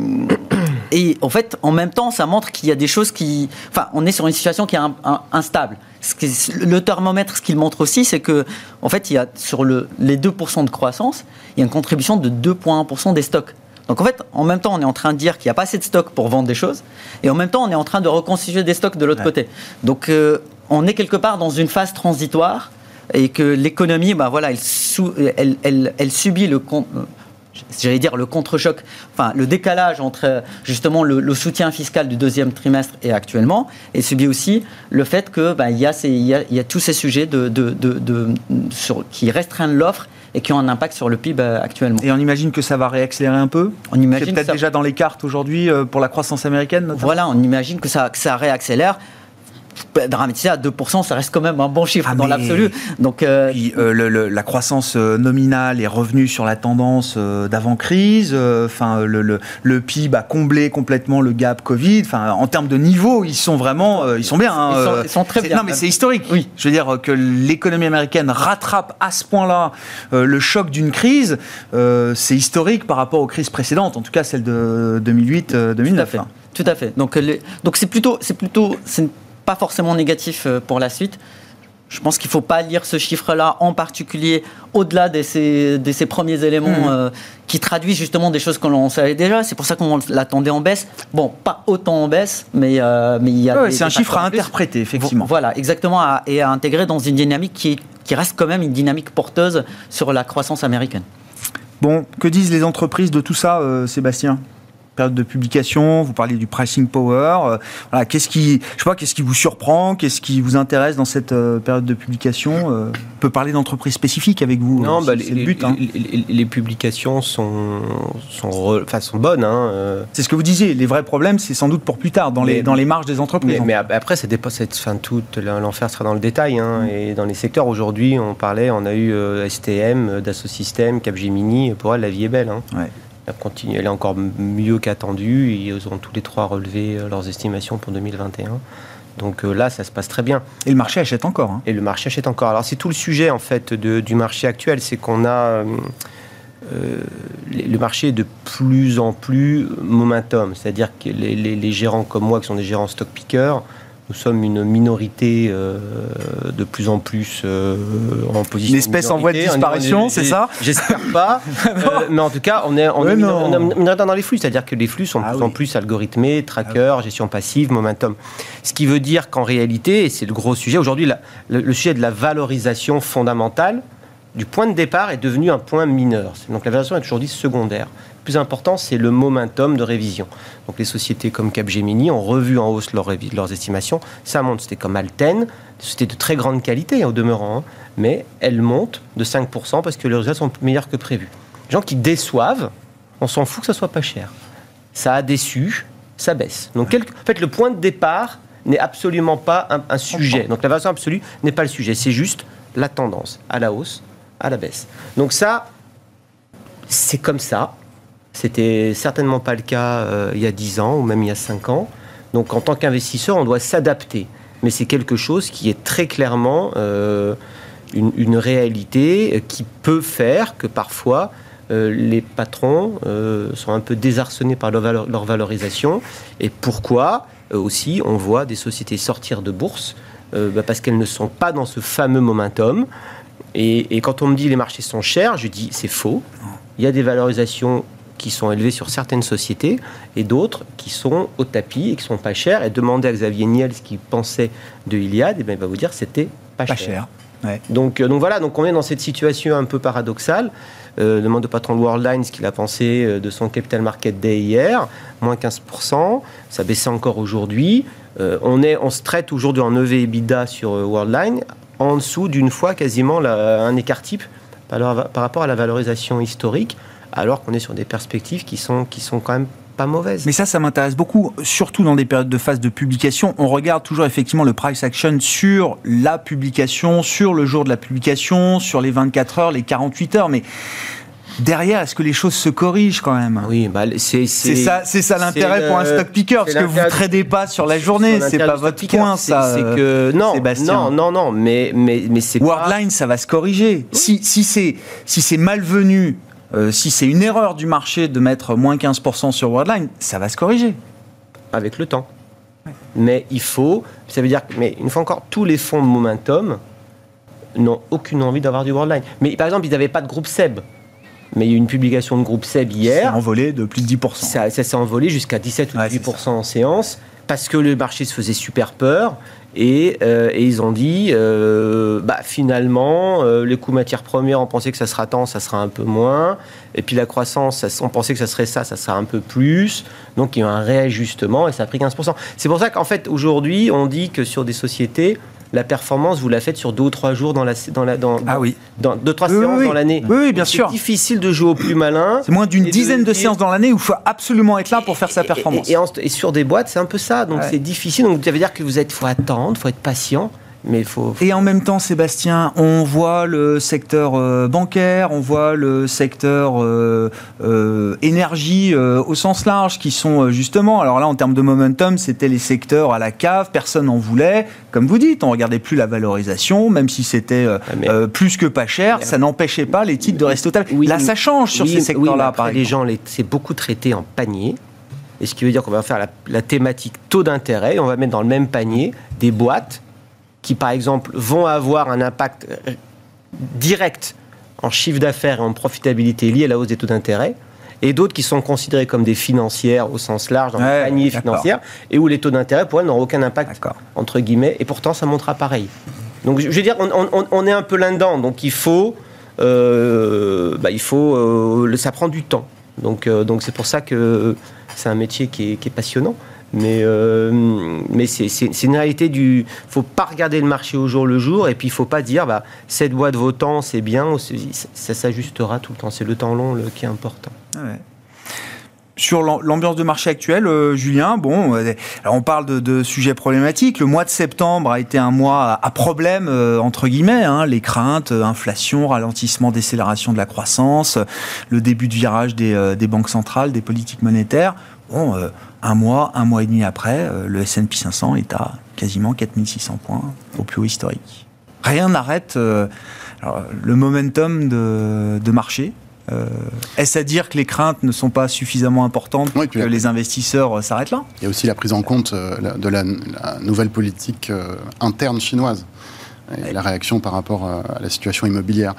et en fait, en même temps, ça montre qu'il y a des choses qui... Enfin, on est sur une situation qui est un, un, instable. Ce qui, le thermomètre, ce qu'il montre aussi, c'est que, en fait, il y a, sur le, les deux pour cent de croissance, il y a une contribution de deux virgule un pour cent des stocks. Donc en fait, en même temps, on est en train de dire qu'il n'y a pas assez de stocks pour vendre des choses, et en même temps, on est en train de reconstituer des stocks de l'autre ouais. côté. Donc euh, on est quelque part dans une phase transitoire, et que l'économie, bah, voilà, elle, sou- elle, elle, elle subit le... Con- j'allais dire le contre-choc, enfin le décalage entre justement le, le soutien fiscal du deuxième trimestre et actuellement, et subit aussi le fait que bah, il y a ces, il y a, il y a tous ces sujets de, de, de, de, sur, qui restreignent l'offre et qui ont un impact sur le P I B actuellement. Et on imagine que ça va réaccélérer un peu. On imagine c'est peut-être ça... déjà dans les cartes aujourd'hui pour la croissance américaine, notamment. Voilà, on imagine que ça, que ça réaccélère. Dramatiser à deux pour cent, ça reste quand même un bon chiffre ah dans l'absolu. Donc, euh... Puis, euh, le, le, la croissance nominale est revenue sur la tendance euh, d'avant-crise. Enfin, euh, le, le, le P I B a comblé complètement le gap Covid. Enfin, en termes de niveau, ils sont vraiment, euh, ils sont bien. Hein, ils, sont, ils sont très bien. Non, mais c'est historique. Oui. Je veux dire que l'économie américaine rattrape à ce point-là euh, le choc d'une crise. Euh, c'est historique par rapport aux crises précédentes, en tout cas celle de deux mille huit deux mille neuf. Tout à fait. Tout à fait. Donc, les, donc c'est plutôt, c'est plutôt, c'est pas forcément négatif pour la suite. Je pense qu'il ne faut pas lire ce chiffre-là en particulier au-delà de ces, de ces premiers éléments mmh. euh, qui traduisent justement des choses que l'on savait déjà. C'est pour ça qu'on l'attendait en baisse. Bon, pas autant en baisse, mais, euh, mais il y a... Ouais, des, c'est un des chiffre à interpréter, effectivement. Voilà, exactement, à, et à intégrer dans une dynamique qui, qui reste quand même une dynamique porteuse sur la croissance américaine. Bon, que disent les entreprises de tout ça, euh, Sébastien ? Période de publication, vous parlez du pricing power. Euh, voilà, qu'est-ce qui, je sais pas, qu'est-ce qui vous surprend, qu'est-ce qui vous intéresse dans cette euh, période de publication euh, On peut parler d'entreprises spécifiques avec vous. Non, euh, bah, c'est les, le but. Les, hein. les, les publications sont, sont, enfin, sont bonnes. Hein, euh. C'est ce que vous disiez. Les vrais problèmes, c'est sans doute pour plus tard, dans, mais, les, dans les marges des entreprises. Mais, mais après, c'est enfin, tout l'enfer sera dans le détail. Hein, mmh. Et dans les secteurs aujourd'hui, on parlait, on a eu euh, S T M, Dassault Systèmes, Capgemini. Pour elle, la vie est belle. Hein. Ouais. Elle est encore mieux qu'attendue. Ils ont tous les trois relevé leurs estimations pour deux mille vingt et un. Donc euh, là, ça se passe très bien. Et le marché achète encore. Hein. Et le marché achète encore. Alors c'est tout le sujet en fait de, du marché actuel, c'est qu'on a euh, le marché est de plus en plus momentum. C'est-à-dire que les, les, les gérants comme moi, qui sont des gérants stock pickers, nous sommes une minorité euh, de plus en plus euh, en position. Une espèce en voie de disparition, c'est ça ? J'espère pas. euh, mais en tout cas, on est, on est minoritaire dans les flux. C'est-à-dire que les flux sont de ah plus oui. en plus algorithmés, trackers, ah oui. gestion passive, momentum. Ce qui veut dire qu'en réalité, et c'est le gros sujet, aujourd'hui, la, le, le sujet de la valorisation fondamentale du point de départ est devenu un point mineur. Donc la valorisation est aujourd'hui secondaire. Le plus important, c'est le momentum de révision. Donc les sociétés comme Capgemini ont revu en hausse leur, leurs estimations. Ça monte. C'était comme Alten, des sociétés de très grande qualité au demeurant, hein, mais elles montent de cinq pour cent parce que les résultats sont meilleurs que prévu. Les gens qui déçoivent, on s'en fout que ça soit pas cher. Ça a déçu, ça baisse. Donc quelque, en fait, le point de départ n'est absolument pas un, un sujet. Donc la valorisation absolue n'est pas le sujet. C'est juste la tendance à la hausse, à la baisse. Donc ça, c'est comme ça. C'était certainement pas le cas euh, il y a dix ans ou même il y a cinq ans. Donc en tant qu'investisseur, on doit s'adapter. Mais c'est quelque chose qui est très clairement euh, une, une réalité qui peut faire que parfois euh, les patrons euh, sont un peu désarçonnés par leur, valeur, leur valorisation. Et pourquoi euh, aussi on voit des sociétés sortir de bourse euh, bah parce qu'elles ne sont pas dans ce fameux momentum. Et, et quand on me dit les marchés sont chers, je dis c'est faux. Il y a des valorisations qui sont élevés sur certaines sociétés et d'autres qui sont au tapis et qui sont pas chers. Et demandez à Xavier Niel ce qu'il pensait de Iliad, et bien il va vous dire que c'était pas, pas cher. cher. Ouais. Donc, euh, donc voilà, donc on est dans cette situation un peu paradoxale. Euh, demande au patron de Worldline ce qu'il a pensé de son Capital Market Day hier, moins quinze pour cent, ça baissait encore aujourd'hui. Euh, on, est, on se traite aujourd'hui en E V EBITDA sur euh, Worldline, en dessous d'une fois quasiment la, un écart type par, par rapport à la valorisation historique, alors qu'on est sur des perspectives qui sont, qui sont quand même pas mauvaises. Mais ça, ça m'intéresse beaucoup, surtout dans des périodes de phase de publication. On regarde toujours effectivement le price action sur la publication, sur le jour de la publication, sur les vingt-quatre heures, les quarante-huit heures, mais derrière, est-ce que les choses se corrigent quand même ? Oui, bah, c'est, c'est, c'est ça, c'est ça l'intérêt le, pour un stock picker, parce que vous ne tradez pas sur la journée, c'est pas votre picker, point, c'est, ça. C'est que non, Sébastien. non, non, non, mais mais mais c'est Worldline, pas... ça va se corriger. Oui. Si si c'est si c'est malvenu. Euh, si c'est une erreur du marché de mettre moins quinze pour cent sur Worldline, ça va se corriger. Avec le temps. Ouais. Mais il faut... Ça veut dire... Mais une fois encore, tous les fonds de momentum n'ont aucune envie d'avoir du Worldline. Mais par exemple, ils n'avaient pas de groupe S E B. Mais il y a eu une publication de groupe S E B hier. Ça s'est envolé de plus de dix pour cent. Ça, ça s'est envolé jusqu'à dix-sept ou dix-huit pour cent ouais, en séance, parce que le marché se faisait super peur. Et, euh, et ils ont dit, euh, bah, finalement, euh, les coûts matières premières, on pensait que ça sera tant, ça sera un peu moins. Et puis la croissance, ça, on pensait que ça serait ça, ça sera un peu plus. Donc il y a eu un réajustement et ça a pris quinze pour cent. C'est pour ça qu'en fait, aujourd'hui, on dit que sur des sociétés, la performance, vous la faites sur deux ou trois jours dans la, dans la, dans, ah oui. dans deux trois oui, séances oui. dans l'année. Oui, oui bien c'est sûr. C'est difficile de jouer au plus malin. C'est moins d'une dizaine de, de séances dans l'année où il faut absolument être là pour faire sa performance. Et, et, et, en, et sur des boîtes, c'est un peu ça. Donc ouais. c'est difficile. Donc ça veut dire que vous êtes, faut attendre, il faut être patient. Mais faut, faut... Et en même temps, Sébastien, on voit le secteur euh, bancaire, on voit le secteur euh, euh, énergie euh, au sens large, qui sont euh, justement, alors là en termes de momentum, c'était les secteurs à la cave, personne n'en voulait. Comme vous dites, on ne regardait plus la valorisation, même si c'était euh, mais, euh, plus que pas cher, mais, ça n'empêchait pas les titres de rester au table. Oui, là, ça change sur oui, ces secteurs-là, oui, par exemple. Les gens, les, c'est beaucoup traité en panier. Et ce qui veut dire qu'on va faire la, la thématique taux d'intérêt, et on va mettre dans le même panier des boîtes qui, par exemple, vont avoir un impact direct en chiffre d'affaires et en profitabilité lié à la hausse des taux d'intérêt, et d'autres qui sont considérées comme des financières au sens large, dans ouais, le panier financier, et où les taux d'intérêt, pour elles, n'auront aucun impact, d'accord. entre guillemets, et pourtant, ça montera pareil. Donc, je veux dire, on, on, on est un peu là-dedans, donc il faut... Euh, bah, il faut... Euh, ça prend du temps. Donc, euh, donc c'est pour ça que c'est un métier qui est, qui est passionnant. Mais, euh, mais c'est, c'est, c'est une réalité du... Il ne faut pas regarder le marché au jour le jour, et puis il ne faut pas dire bah, cette boîte vaut tant, c'est bien, ça, ça s'ajustera tout le temps. C'est le temps long le, qui est important. Ouais. Sur l'ambiance de marché actuelle, euh, Julien, bon, euh, alors on parle de, de sujets problématiques. Le mois de septembre a été un mois à, à problème, euh, entre guillemets, hein, les craintes, euh, inflation, ralentissement, décélération de la croissance, euh, le début de virage des, euh, des banques centrales, des politiques monétaires. Bon, euh, un mois, un mois et demi après, euh, le S and P cinq cents est à quasiment quatre mille six cents points, au plus haut historique. Rien n'arrête euh, alors, le momentum de, de marché. Euh, est-ce à dire que les craintes ne sont pas suffisamment importantes pour oui, que les investisseurs s'arrêtent là ? Il y a aussi la prise en compte de la, la nouvelle politique interne chinoise et la réaction par rapport à la situation immobilière.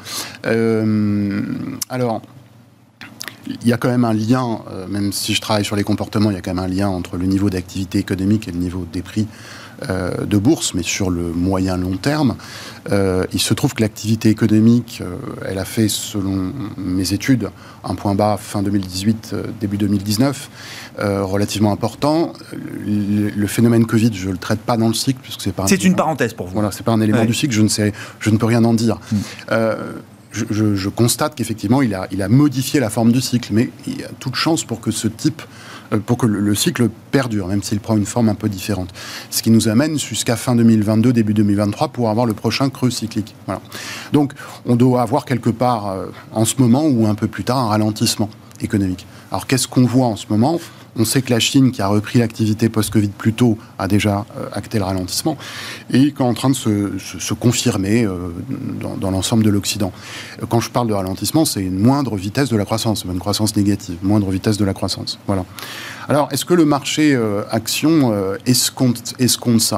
Euh, alors, il y a quand même un lien, même si je travaille sur les comportements, il y a quand même un lien entre le niveau d'activité économique et le niveau des prix Euh, de bourse, mais sur le moyen long terme. Euh, il se trouve que l'activité économique, euh, elle a fait, selon mes études, un point bas fin deux mille dix-huit, euh, début deux mille dix-neuf, euh, relativement important. Le, le phénomène Covid, je ne le traite pas dans le cycle, puisque c'est pas un C'est élément, une parenthèse pour vous. Voilà, c'est pas un élément ouais. du cycle, je ne sais, je ne peux rien en dire. Mmh. Euh, Je, je, je constate qu'effectivement, il a, il a modifié la forme du cycle, mais il y a toute chance pour que ce type, pour que le, le cycle perdure, même s'il prend une forme un peu différente. Ce qui nous amène jusqu'à fin deux mille vingt-deux, début deux mille vingt-trois, pour avoir le prochain creux cyclique. Voilà. Donc, on doit avoir quelque part, euh, en ce moment, ou un peu plus tard, un ralentissement économique. Alors, qu'est-ce qu'on voit en ce moment ? On sait que la Chine, qui a repris l'activité post-Covid plus tôt, a déjà euh, acté le ralentissement et qui est en train de se, se, se confirmer euh, dans, dans l'ensemble de l'Occident. Quand je parle de ralentissement, c'est une moindre vitesse de la croissance, une croissance négative, moindre vitesse de la croissance. Voilà. Alors, est-ce que le marché euh, action euh, escompte, escompte ça ?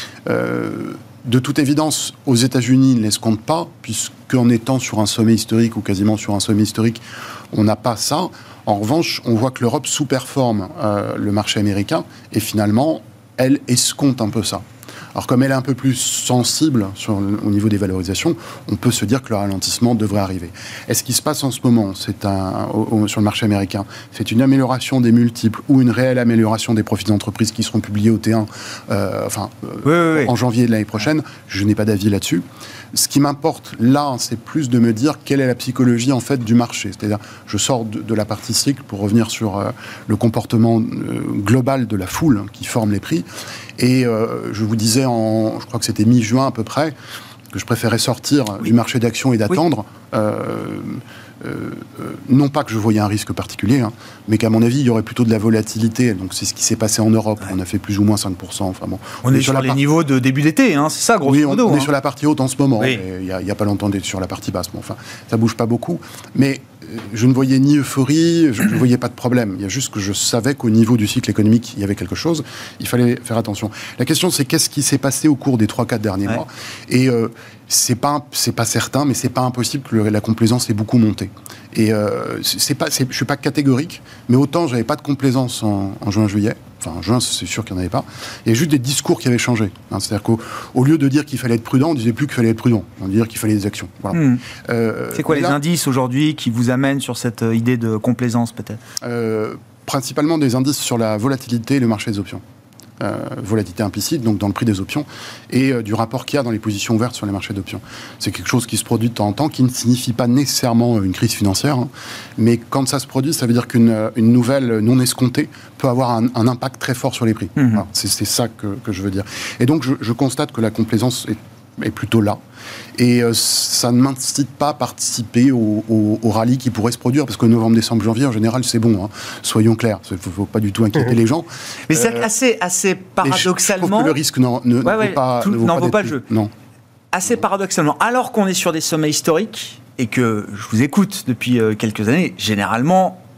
euh, De toute évidence, aux États-Unis, il ne l'escompte pas, puisqu'en étant sur un sommet historique ou quasiment sur un sommet historique, on n'a pas ça. En revanche, on voit que l'Europe sous-performe euh, le marché américain et finalement, elle escompte un peu ça. Alors, comme elle est un peu plus sensible sur, au niveau des valorisations, on peut se dire que le ralentissement devrait arriver. Et ce qui se passe en ce moment, c'est un, au, au, sur le marché américain, c'est une amélioration des multiples ou une réelle amélioration des profits d'entreprise qui seront publiés au T un euh, enfin, euh, oui, oui, en oui. janvier de l'année prochaine. Je n'ai pas d'avis là-dessus. Ce qui m'importe là, c'est plus de me dire quelle est la psychologie en fait du marché. C'est-à-dire, je sors de, de la partie cycle pour revenir sur euh, le comportement euh, global de la foule hein, qui forme les prix. Et euh, je vous disais, en, je crois que c'était mi-juin à peu près, que je préférais sortir oui. du marché d'action et d'attendre. Oui. Euh, Euh, euh, non pas que je voyais un risque particulier, hein, mais qu'à mon avis, il y aurait plutôt de la volatilité. Donc, c'est ce qui s'est passé en Europe. Ouais. On a fait plus ou moins cinq pour cent. Enfin, bon. On, on est, est sur, sur les part... niveaux de début d'été, hein, c'est ça, grosso oui, on, modo. on hein. est sur la partie haute en ce moment. Oui. Il n'y a, a pas longtemps d'être sur la partie basse. Bon, enfin, ça ne bouge pas beaucoup. Mais euh, je ne voyais ni euphorie, je ne voyais pas de problème. Il y a juste que je savais qu'au niveau du cycle économique, il y avait quelque chose. Il fallait faire attention. La question, c'est qu'est-ce qui s'est passé au cours des trois quatre derniers ouais. mois. Et euh, c'est pas, c'est pas certain, mais c'est pas impossible que le, la complaisance ait beaucoup monté. Et euh, c'est pas, c'est, je suis pas catégorique, mais autant j'avais pas de complaisance en, en juin-juillet. Enfin, en juin, c'est sûr qu'il n'y en avait pas. Il y a juste des discours qui avaient changé. Hein, c'est-à-dire qu'au au lieu de dire qu'il fallait être prudent, on disait plus qu'il fallait être prudent. On disait qu'il fallait des actions. Voilà. Mmh. Euh, c'est quoi les là, indices aujourd'hui qui vous amènent sur cette idée de complaisance, peut-être euh, Principalement des indices sur la volatilité et le marché des options. Euh, volatilité implicite, donc dans le prix des options, et euh, du rapport qu'il y a dans les positions ouvertes sur les marchés d'options. C'est quelque chose qui se produit de temps en temps, qui ne signifie pas nécessairement une crise financière, hein, mais quand ça se produit, ça veut dire qu'une une nouvelle non escomptée peut avoir un, un impact très fort sur les prix. Mmh. Voilà, c'est, c'est ça que, que je veux dire. Et donc, je, je constate que la complaisance est est plutôt là. Et euh, ça ne m'incite pas à participer au, au, au rallye qui pourrait se produire, parce que novembre, décembre, janvier, en général, c'est bon. Hein. Soyons clairs, il ne faut, faut pas du tout inquiéter mmh. les gens. Mais c'est euh, assez, assez paradoxalement... Je trouve que le risque n'en, ne, ouais, ouais, vaut pas, tout, ne vaut n'en pas, vaut pas le jeu. Non. Assez paradoxalement, alors qu'on est sur des sommets historiques, et que je vous écoute depuis euh, quelques années, généralement...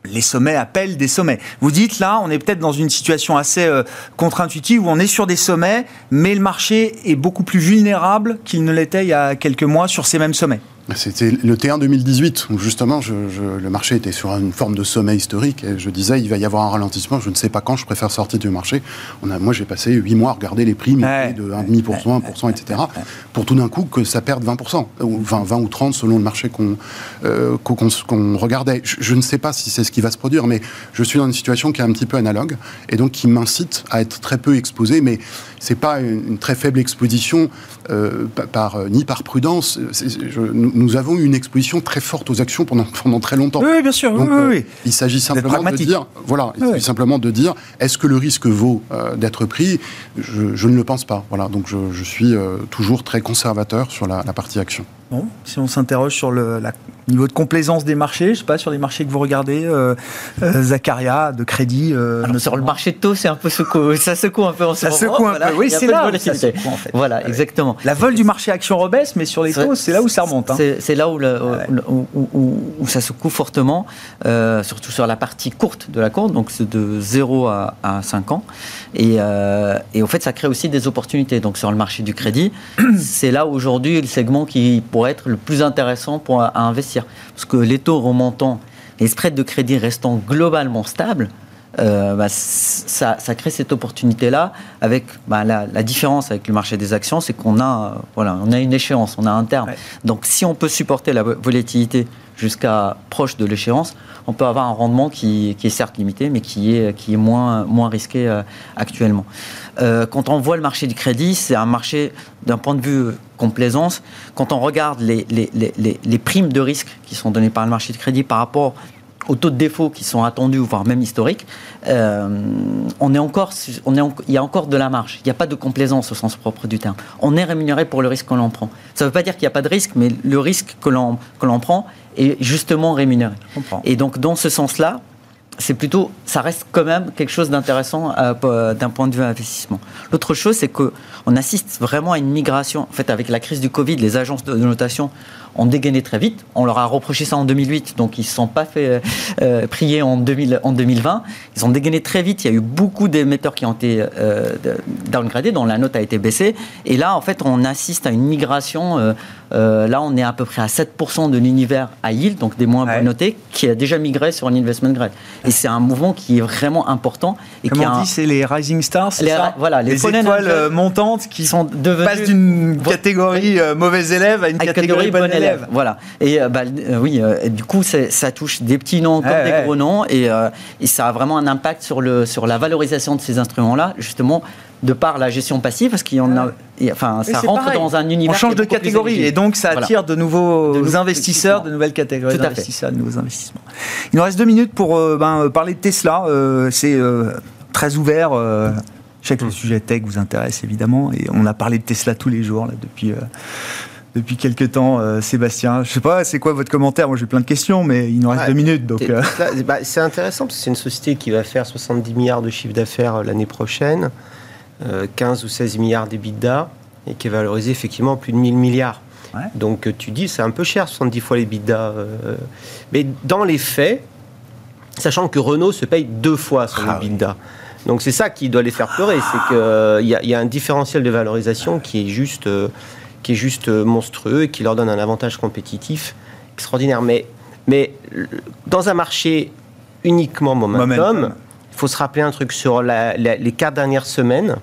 les sommets appellent des sommets. Vous dites là, on est peut-être dans une situation assez euh, contre-intuitive où on est sur des sommets, mais le marché est beaucoup plus vulnérable qu'il ne l'était il y a quelques mois sur ces mêmes sommets. C'était le T un deux mille dix-huit, où justement je, je, le marché était sur une forme de sommet historique et je disais il va y avoir un ralentissement, je ne sais pas quand, je préfère sortir du marché. On a, moi j'ai passé huit mois à regarder les prix ouais. de un virgule cinq pour cent, un pour cent, et cetera, pour tout d'un coup que ça perde vingt pour cent, ou vingt, vingt ou trente selon le marché qu'on, euh, qu'on, qu'on regardait. Je, je ne sais pas si c'est ce qui va se produire, mais je suis dans une situation qui est un petit peu analogue et donc qui m'incite à être très peu exposé, mais c'est pas une, une très faible exposition euh, par, euh, ni par prudence. C'est, je, nous, nous avons eu une exposition très forte aux actions pendant, pendant très longtemps. Oui, bien sûr. Donc, oui, oui. Euh, il s'agit simplement de dire, voilà, il s'agit oui. simplement de dire, est-ce que le risque vaut euh, d'être pris ? je, je ne le pense pas. Voilà, donc je, je suis euh, toujours très conservateur sur la, la partie action. Bon, si on s'interroge sur le la, niveau de complaisance des marchés, je ne sais pas, sur les marchés que vous regardez, euh, euh, Zaccaria, de crédit... Euh, Alors, sur le marché de taux, c'est un peu secou... ça secoue un peu en ce moment. Ça secoue un voilà, peu, oui, c'est là où ça secoue, en fait. Voilà, exactement. La vol du marché action rebaisse, mais sur les taux, c'est, c'est là où ça remonte. Hein. C'est, c'est là où, le, ouais. où, où, où, où ça secoue fortement, euh, surtout sur la partie courte de la courbe, donc c'est de zéro à, à cinq ans. Et, euh, et en fait, ça crée aussi des opportunités. Donc sur le marché du crédit, c'est là aujourd'hui le segment qui pourrait être le plus intéressant pour, à, à investir. Parce que les taux remontant, les spreads de crédit restant globalement stables, euh, bah, ça, ça crée cette opportunité-là. Avec bah, la, la différence avec le marché des actions, c'est qu'on a, euh, voilà, on a une échéance, on a un terme. Ouais. Donc si on peut supporter la volatilité jusqu'à proche de l'échéance, on peut avoir un rendement qui, qui est certes limité, mais qui est, qui est moins, moins risqué euh, actuellement. Euh, quand on voit le marché du crédit, c'est un marché d'un point de vue complaisance. Quand on regarde les, les, les, les primes de risque qui sont données par le marché du crédit par rapport aux taux de défaut qui sont attendus, voire même historiques, euh, on est encore, on est en, il y a encore de la marge. Il n'y a pas de complaisance au sens propre du terme. On est rémunéré pour le risque que l'on prend. Ça ne veut pas dire qu'il n'y a pas de risque, mais le risque que l'on, que l'on prend est justement rémunéré. Et donc, dans ce sens-là, c'est plutôt, ça reste quand même quelque chose d'intéressant euh, d'un point de vue investissement. L'autre chose, c'est qu'on assiste vraiment à une migration. En fait, avec la crise du Covid, les agences de notation ont dégainé très vite. On leur a reproché ça en deux mille huit, donc ils ne se sont pas fait euh, prier en, deux mille, en deux mille vingt. Ils ont dégainé très vite. Il y a eu beaucoup d'émetteurs qui ont été euh, downgradés, dont la note a été baissée. Et là, en fait, on assiste à une migration. Euh, euh, là, on est à peu près à sept pour cent de l'univers high yield, donc des moins ouais. notés, qui a déjà migré sur l'investment grade. Et c'est un mouvement qui est vraiment important. Et Comme qui on a dit, un... c'est les rising stars, c'est les, ça voilà, les, les étoiles euh, montantes qui sont devenues... passent d'une catégorie euh, mauvais élève à une à catégorie, catégorie bon élève. élève. Voilà. Et euh, bah, euh, oui, euh, du coup, ça touche des petits noms comme ouais, des ouais. gros noms, et, euh, et ça a vraiment un impact sur, le, sur la valorisation de ces instruments-là, justement, de par la gestion passive, parce qu'il y en a, et, enfin, ça rentre pareil. dans un univers. On change de catégorie, et donc ça attire voilà. de nouveaux de nouveaux investisseurs, de nouvelles catégories Tout d'investisseurs, de nouveaux investissements. Il nous reste deux minutes pour euh, ben, parler de Tesla. Euh, c'est euh, très ouvert. Euh, je sais que le sujet tech vous intéresse évidemment, et on a parlé de Tesla tous les jours là, depuis. Euh, Depuis quelques temps, euh, Sébastien. Je ne sais pas, c'est quoi votre commentaire ? Moi, j'ai plein de questions, mais il nous reste ouais, deux minutes. Donc, euh... bah, c'est intéressant, parce que c'est une société qui va faire soixante-dix milliards de chiffre d'affaires l'année prochaine, euh, quinze ou seize milliards d'EBITDA, et qui est valorisée effectivement plus de mille milliards. Ouais. Donc, tu dis, c'est un peu cher, soixante-dix fois l'EBITDA. Euh, mais dans les faits, sachant que Renault se paye deux fois son ah, EBITDA. Oui. Donc, c'est ça qui doit les faire pleurer. C'est qu'il euh, y, y a un différentiel de valorisation qui est juste... Euh, qui est juste monstrueux et qui leur donne un avantage compétitif extraordinaire. Mais, mais dans un marché uniquement momentum, il faut se rappeler un truc sur la, la, les quatre dernières semaines.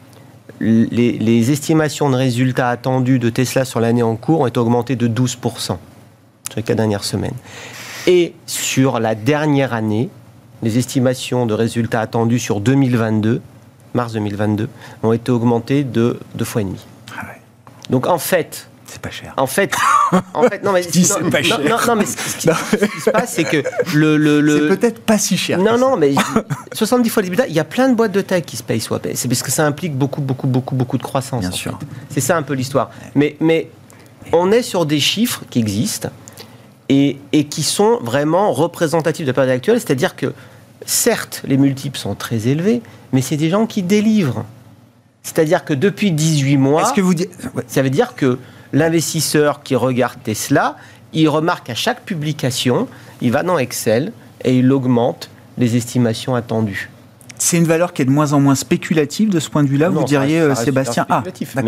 Les, les estimations de résultats attendus de Tesla sur l'année en cours ont été augmentées de douze pour cent sur les quatre dernières semaines. Et sur la dernière année, les estimations de résultats attendus sur deux mille vingt-deux, mars deux mille vingt-deux, ont été augmentées de deux fois et demi. Donc en fait, c'est pas cher. En fait, en fait, non mais je dis non, c'est pas non, cher. Non, non, mais ce qui, ce qui se passe, c'est que le, le, le... c'est peut-être pas si cher. Non, non, mais soixante-dix fois l'EBITDA, il y a plein de boîtes de tech qui se payent swap. C'est parce que ça implique beaucoup, beaucoup, beaucoup, beaucoup de croissance. Bien sûr. Fait. C'est ça un peu l'histoire. Mais, mais on est sur des chiffres qui existent et, et qui sont vraiment représentatifs de la période actuelle. C'est-à-dire que certes, les multiples sont très élevés, mais c'est des gens qui délivrent. C'est-à-dire que depuis dix-huit mois, Est-ce que vous dites... ça veut dire que l'investisseur qui regarde Tesla, il remarque à chaque publication, il va dans Excel, et il augmente les estimations attendues. C'est une valeur qui est de moins en moins spéculative de ce point de vue-là, non, vous diriez, ça reste, Sébastien. Ah,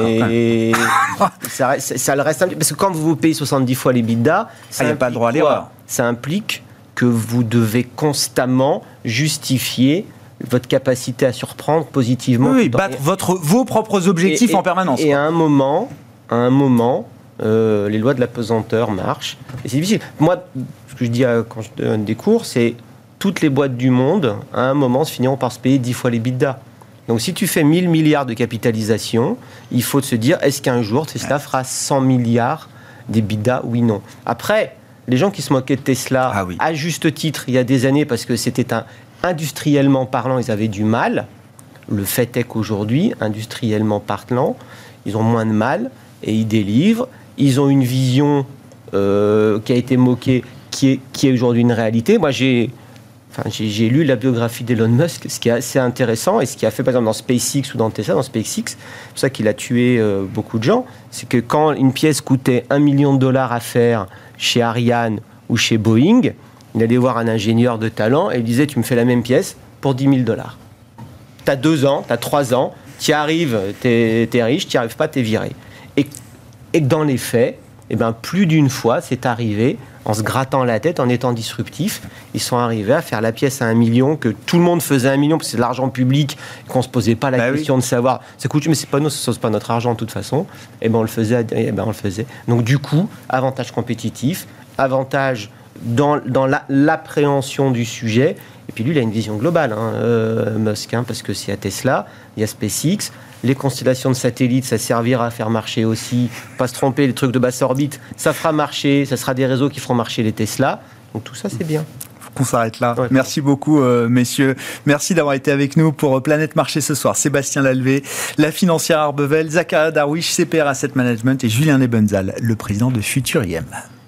mais ça, reste, ça le reste un... parce que quand vous payez soixante-dix fois les l'EBITDA, il n'y a pas le droit à l'erreur. Ça implique que vous devez constamment justifier votre capacité à surprendre positivement. Oui, battre et... votre, vos propres objectifs et, et, en permanence. Et quoi. à un moment, à un moment, euh, les lois de la pesanteur marchent. Et c'est difficile. Moi, ce que je dis à, quand je donne des cours, c'est toutes les boîtes du monde, à un moment, se finiront par se payer dix fois les l'EBITDA. Donc, si tu fais mille milliards de capitalisation, il faut se dire, est-ce qu'un jour, Tesla ouais. fera cent milliards d'EBITDA, oui, non. Après, les gens qui se moquaient de Tesla, ah oui. à juste titre, il y a des années, parce que c'était un... industriellement parlant, ils avaient du mal. Le fait est qu'aujourd'hui, industriellement parlant, ils ont moins de mal et ils délivrent. Ils ont une vision euh, qui a été moquée, qui est, qui est aujourd'hui une réalité. Moi, j'ai... Enfin, j'ai, j'ai lu la biographie d'Elon Musk, ce qui est assez intéressant, et ce qui a fait, par exemple, dans SpaceX ou dans Tesla, dans SpaceX, c'est pour ça qu'il a tué euh, beaucoup de gens, c'est que quand une pièce coûtait un million de dollars à faire chez Ariane ou chez Boeing, il allait voir un ingénieur de talent et il disait, tu me fais la même pièce pour dix mille dollars. Tu as deux ans, tu as trois ans, tu y arrives, tu es riche, tu n'y arrives pas, tu es viré. Et, et que dans les faits, eh ben, plus d'une fois, c'est arrivé, en se grattant la tête, en étant disruptif, ils sont arrivés à faire la pièce à un million, que tout le monde faisait un million, parce que c'est de l'argent public, qu'on ne se posait pas la bah question oui. de savoir, ça coûte, mais c'est pas nous, ce n'est pas notre argent de toute façon, et ben on le faisait, et ben on le faisait. Donc du coup, avantage compétitif, avantage dans, dans la, l'appréhension du sujet, et puis lui, il a une vision globale, hein, euh, Musk, hein, parce que c'est à Tesla, il y a SpaceX, les constellations de satellites, ça servira à faire marcher aussi, pas se tromper, les trucs de basse orbite, ça fera marcher, ça sera des réseaux qui feront marcher les Tesla, donc tout ça c'est bien. Faut qu'on s'arrête là. Ouais. Merci beaucoup euh, messieurs, merci d'avoir été avec nous pour Planète Marché ce soir. Sébastien Lalvé, la financière Arbevel, Zakaria Darwish, C P R Asset Management et Julien Nebenzal, le président de Futuriem.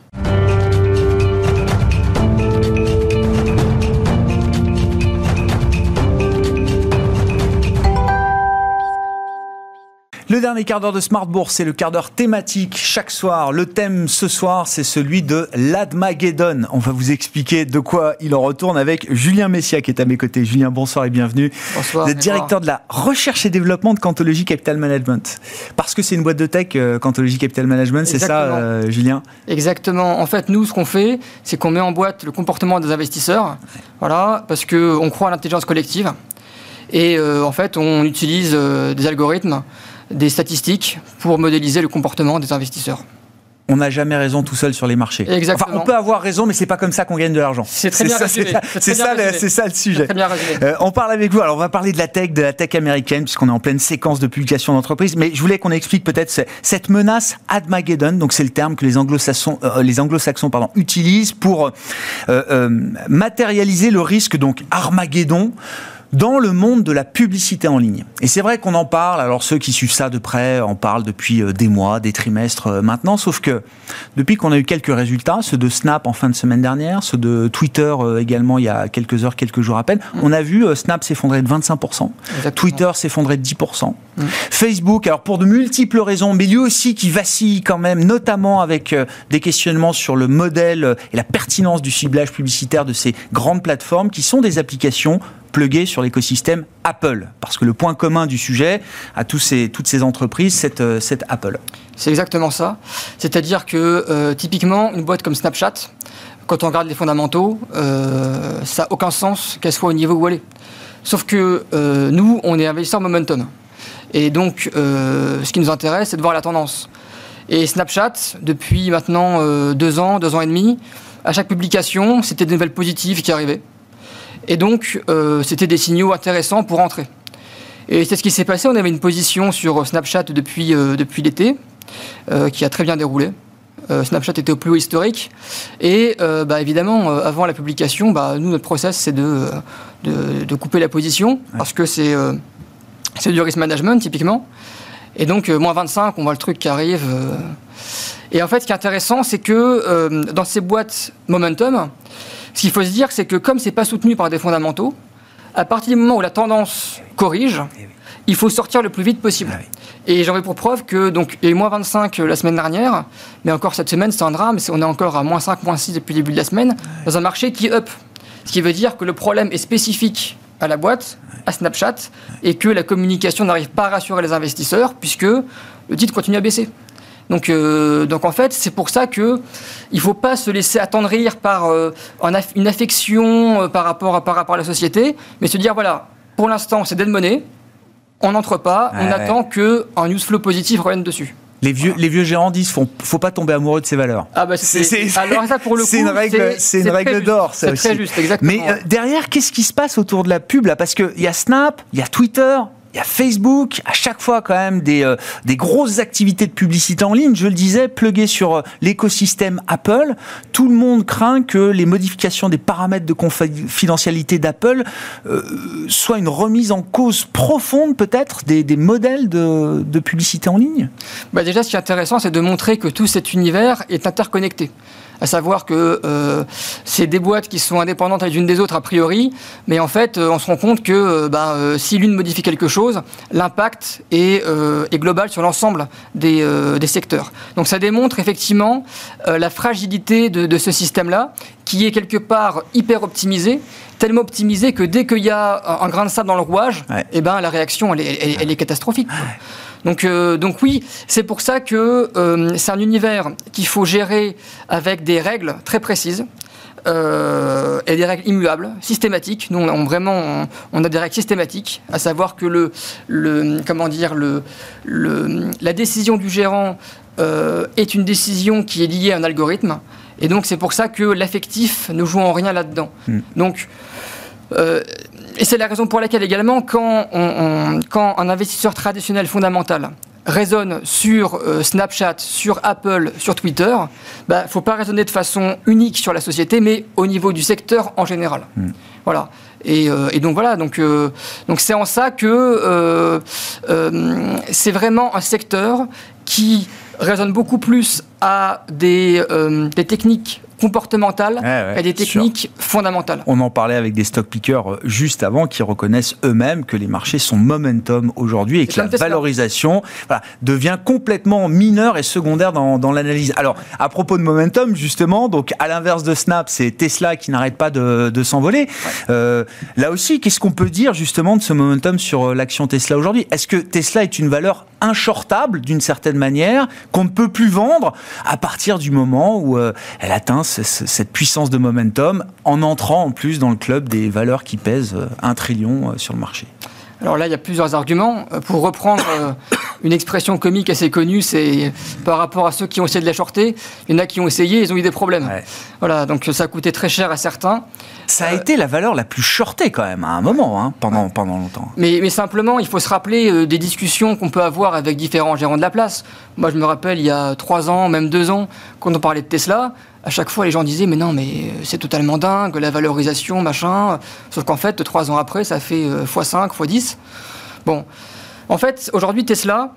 Le dernier quart d'heure de Smart Bourse, c'est le quart d'heure thématique chaque soir. Le thème ce soir, c'est celui de l'Admageddon. On va vous expliquer de quoi il en retourne avec Julien Messia qui est à mes côtés. Julien, bonsoir et bienvenue. Bonsoir. Vous êtes directeur de la recherche et développement de Quantology Capital Management. Parce que c'est une boîte de tech, euh, Quantology Capital Management, c'est ça, euh, Julien ? Exactement. En fait, nous, ce qu'on fait, c'est qu'on met en boîte le comportement des investisseurs. Voilà, parce qu'on croit à l'intelligence collective. Et euh, en fait, on utilise euh, des algorithmes, des statistiques pour modéliser le comportement des investisseurs. On n'a jamais raison tout seul sur les marchés. Exactement. Enfin, on peut avoir raison, mais c'est pas comme ça qu'on gagne de l'argent. C'est très bien résumé. C'est ça, le, c'est ça le sujet. Très bien résumé. Euh, on parle avec vous. Alors, on va parler de la tech, de la tech américaine, puisqu'on est en pleine séquence de publication d'entreprises. Mais je voulais qu'on explique peut-être cette menace Admageddon. Donc, c'est le terme que les anglo-saxons, euh, les anglo-saxons, pardon, utilisent pour euh, euh, matérialiser le risque, donc Armageddon, dans le monde de la publicité en ligne. Et c'est vrai qu'on en parle, alors ceux qui suivent ça de près en parlent depuis des mois, des trimestres maintenant, sauf que depuis qu'on a eu quelques résultats, ceux de Snap en fin de semaine dernière, ceux de Twitter également il y a quelques heures, quelques jours à peine, mmh. on a vu Snap s'effondrer de vingt-cinq pour cent, exactement. Twitter s'effondrer de dix pour cent, mmh. Facebook, alors pour de multiples raisons, mais lui aussi qui vacille quand même, notamment avec des questionnements sur le modèle et la pertinence du ciblage publicitaire de ces grandes plateformes qui sont des applications plugué sur l'écosystème Apple. Parce que le point commun du sujet à tous ces, toutes ces entreprises, c'est, euh, c'est Apple. C'est exactement ça. C'est-à-dire que, euh, typiquement, une boîte comme Snapchat, quand on regarde les fondamentaux, euh, ça n'a aucun sens qu'elle soit au niveau où elle est. Sauf que euh, nous, on est investisseurs momentum. Et donc, euh, ce qui nous intéresse, c'est de voir la tendance. Et Snapchat, depuis maintenant euh, deux ans, deux ans et demi, à chaque publication, c'était des nouvelles positives qui arrivaient. Et donc, euh, c'était des signaux intéressants pour entrer. Et c'est ce qui s'est passé. On avait une position sur Snapchat depuis, euh, depuis l'été, euh, qui a très bien déroulé. Euh, Snapchat était au plus haut historique. Et euh, bah, évidemment, euh, avant la publication, bah, nous, notre process, c'est de, de, de couper la position, ouais. parce que c'est, euh, c'est du risk management, typiquement. Et donc, euh, moins vingt-cinq, on voit le truc qui arrive. Euh. Et en fait, ce qui est intéressant, c'est que euh, dans ces boîtes momentum, ce qu'il faut se dire, c'est que comme ce n'est pas soutenu par des fondamentaux, à partir du moment où la tendance corrige, il faut sortir le plus vite possible. Et j'en ai pour preuve que, donc, il y a eu moins vingt-cinq la semaine dernière, mais encore cette semaine, c'est un drame, on est encore à moins cinq, moins six depuis le début de la semaine, dans un marché qui up. Ce qui veut dire que le problème est spécifique à la boîte, à Snapchat, et que la communication n'arrive pas à rassurer les investisseurs, puisque le titre continue à baisser. Donc, euh, donc en fait, c'est pour ça qu'il ne faut pas se laisser attendrir par euh, une affection euh, par, rapport à, par rapport à la société, mais se dire, voilà, pour l'instant, c'est dead money, on n'entre pas, on ouais. attend qu'un news flow positif revienne dessus. Les vieux, voilà. les vieux gérants disent qu'il ne faut pas tomber amoureux de ces valeurs. Ah bah c'est, c'est, c'est, alors ça, pour le coup, c'est une règle, c'est, c'est une c'est règle d'or. Ça c'est aussi. Très juste, exactement. Mais euh, derrière, qu'est-ce qui se passe autour de la pub là ? Parce qu'il y a Snap, il y a Twitter, il y a Facebook, à chaque fois quand même des, euh, des grosses activités de publicité en ligne, je le disais, pluguées sur euh, l'écosystème Apple. Tout le monde craint que les modifications des paramètres de confidentialité d'Apple euh, soient une remise en cause profonde peut-être des, des modèles de, de publicité en ligne. Bah déjà, ce qui est intéressant, c'est de montrer que tout cet univers est interconnecté. À savoir que euh, c'est des boîtes qui sont indépendantes les unes des autres a priori, mais en fait, euh, on se rend compte que euh, bah, euh, si l'une modifie quelque chose, l'impact est, euh, est global sur l'ensemble des, euh, des secteurs. Donc ça démontre effectivement euh, la fragilité de, de ce système-là, qui est quelque part hyper optimisé, tellement optimisé que dès qu'il y a un grain de sable dans le rouage, ouais. eh ben, la réaction, elle est, elle, elle est catastrophique. Quoi. Donc, euh, donc oui, c'est pour ça que euh, c'est un univers qu'il faut gérer avec des règles très précises euh, et des règles immuables, systématiques. Nous, on, on vraiment, on, on a des règles systématiques, à savoir que le, le comment dire, le, le, la décision du gérant euh, est une décision qui est liée à un algorithme, et donc c'est pour ça que l'affectif ne joue en rien là-dedans. Mmh. Donc euh, Et c'est la raison pour laquelle également, quand, on, on, quand un investisseur traditionnel fondamental raisonne sur euh, Snapchat, sur Apple, sur Twitter, il ne faut pas raisonner de façon unique sur la société, mais au niveau du secteur en général. Mmh. Voilà. Et, euh, et donc voilà, donc, euh, donc c'est en ça que euh, euh, c'est vraiment un secteur qui raisonne beaucoup plus à des, euh, des techniques comportementales ouais, ouais, et des techniques sûr. fondamentales. On en parlait avec des stock pickers juste avant qui reconnaissent eux-mêmes que les marchés sont momentum aujourd'hui et que la valorisation voilà, devient complètement mineure et secondaire dans, dans l'analyse. Alors, à propos de momentum, justement, donc à l'inverse de Snap, c'est Tesla qui n'arrête pas de, de s'envoler. Ouais. Euh, là aussi, qu'est-ce qu'on peut dire justement de ce momentum sur l'action Tesla aujourd'hui ? Est-ce que Tesla est une valeur inshortable d'une certaine manière, qu'on ne peut plus vendre à partir du moment où euh, elle atteint cette puissance de momentum en entrant en plus dans le club des valeurs qui pèsent un trillion sur le marché? Alors là, il y a plusieurs arguments. Pour reprendre euh, une expression comique assez connue, c'est par rapport à ceux qui ont essayé de la shorter, il y en a qui ont essayé, ils ont eu des problèmes. Ouais. Voilà, donc ça a coûté très cher à certains. Ça a euh, été la valeur la plus shortée quand même, à un moment, hein, pendant, ouais. pendant longtemps. Mais, mais simplement, il faut se rappeler euh, des discussions qu'on peut avoir avec différents gérants de la place. Moi, je me rappelle, il y a trois ans, même deux ans, quand on parlait de Tesla, à chaque fois, les gens disaient « mais non, mais c'est totalement dingue, la valorisation, machin ». Sauf qu'en fait, trois ans après, ça fait fois cinq, fois dix. Bon, en fait, aujourd'hui, Tesla,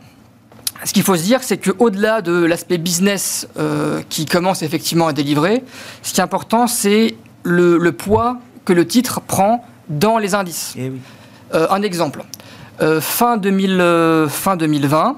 ce qu'il faut se dire, c'est qu'au-delà de l'aspect business euh, qui commence effectivement à délivrer, ce qui est important, c'est le, le poids que le titre prend dans les indices. Eh oui. euh, un exemple, euh, fin, deux mille, euh, fin deux mille vingt,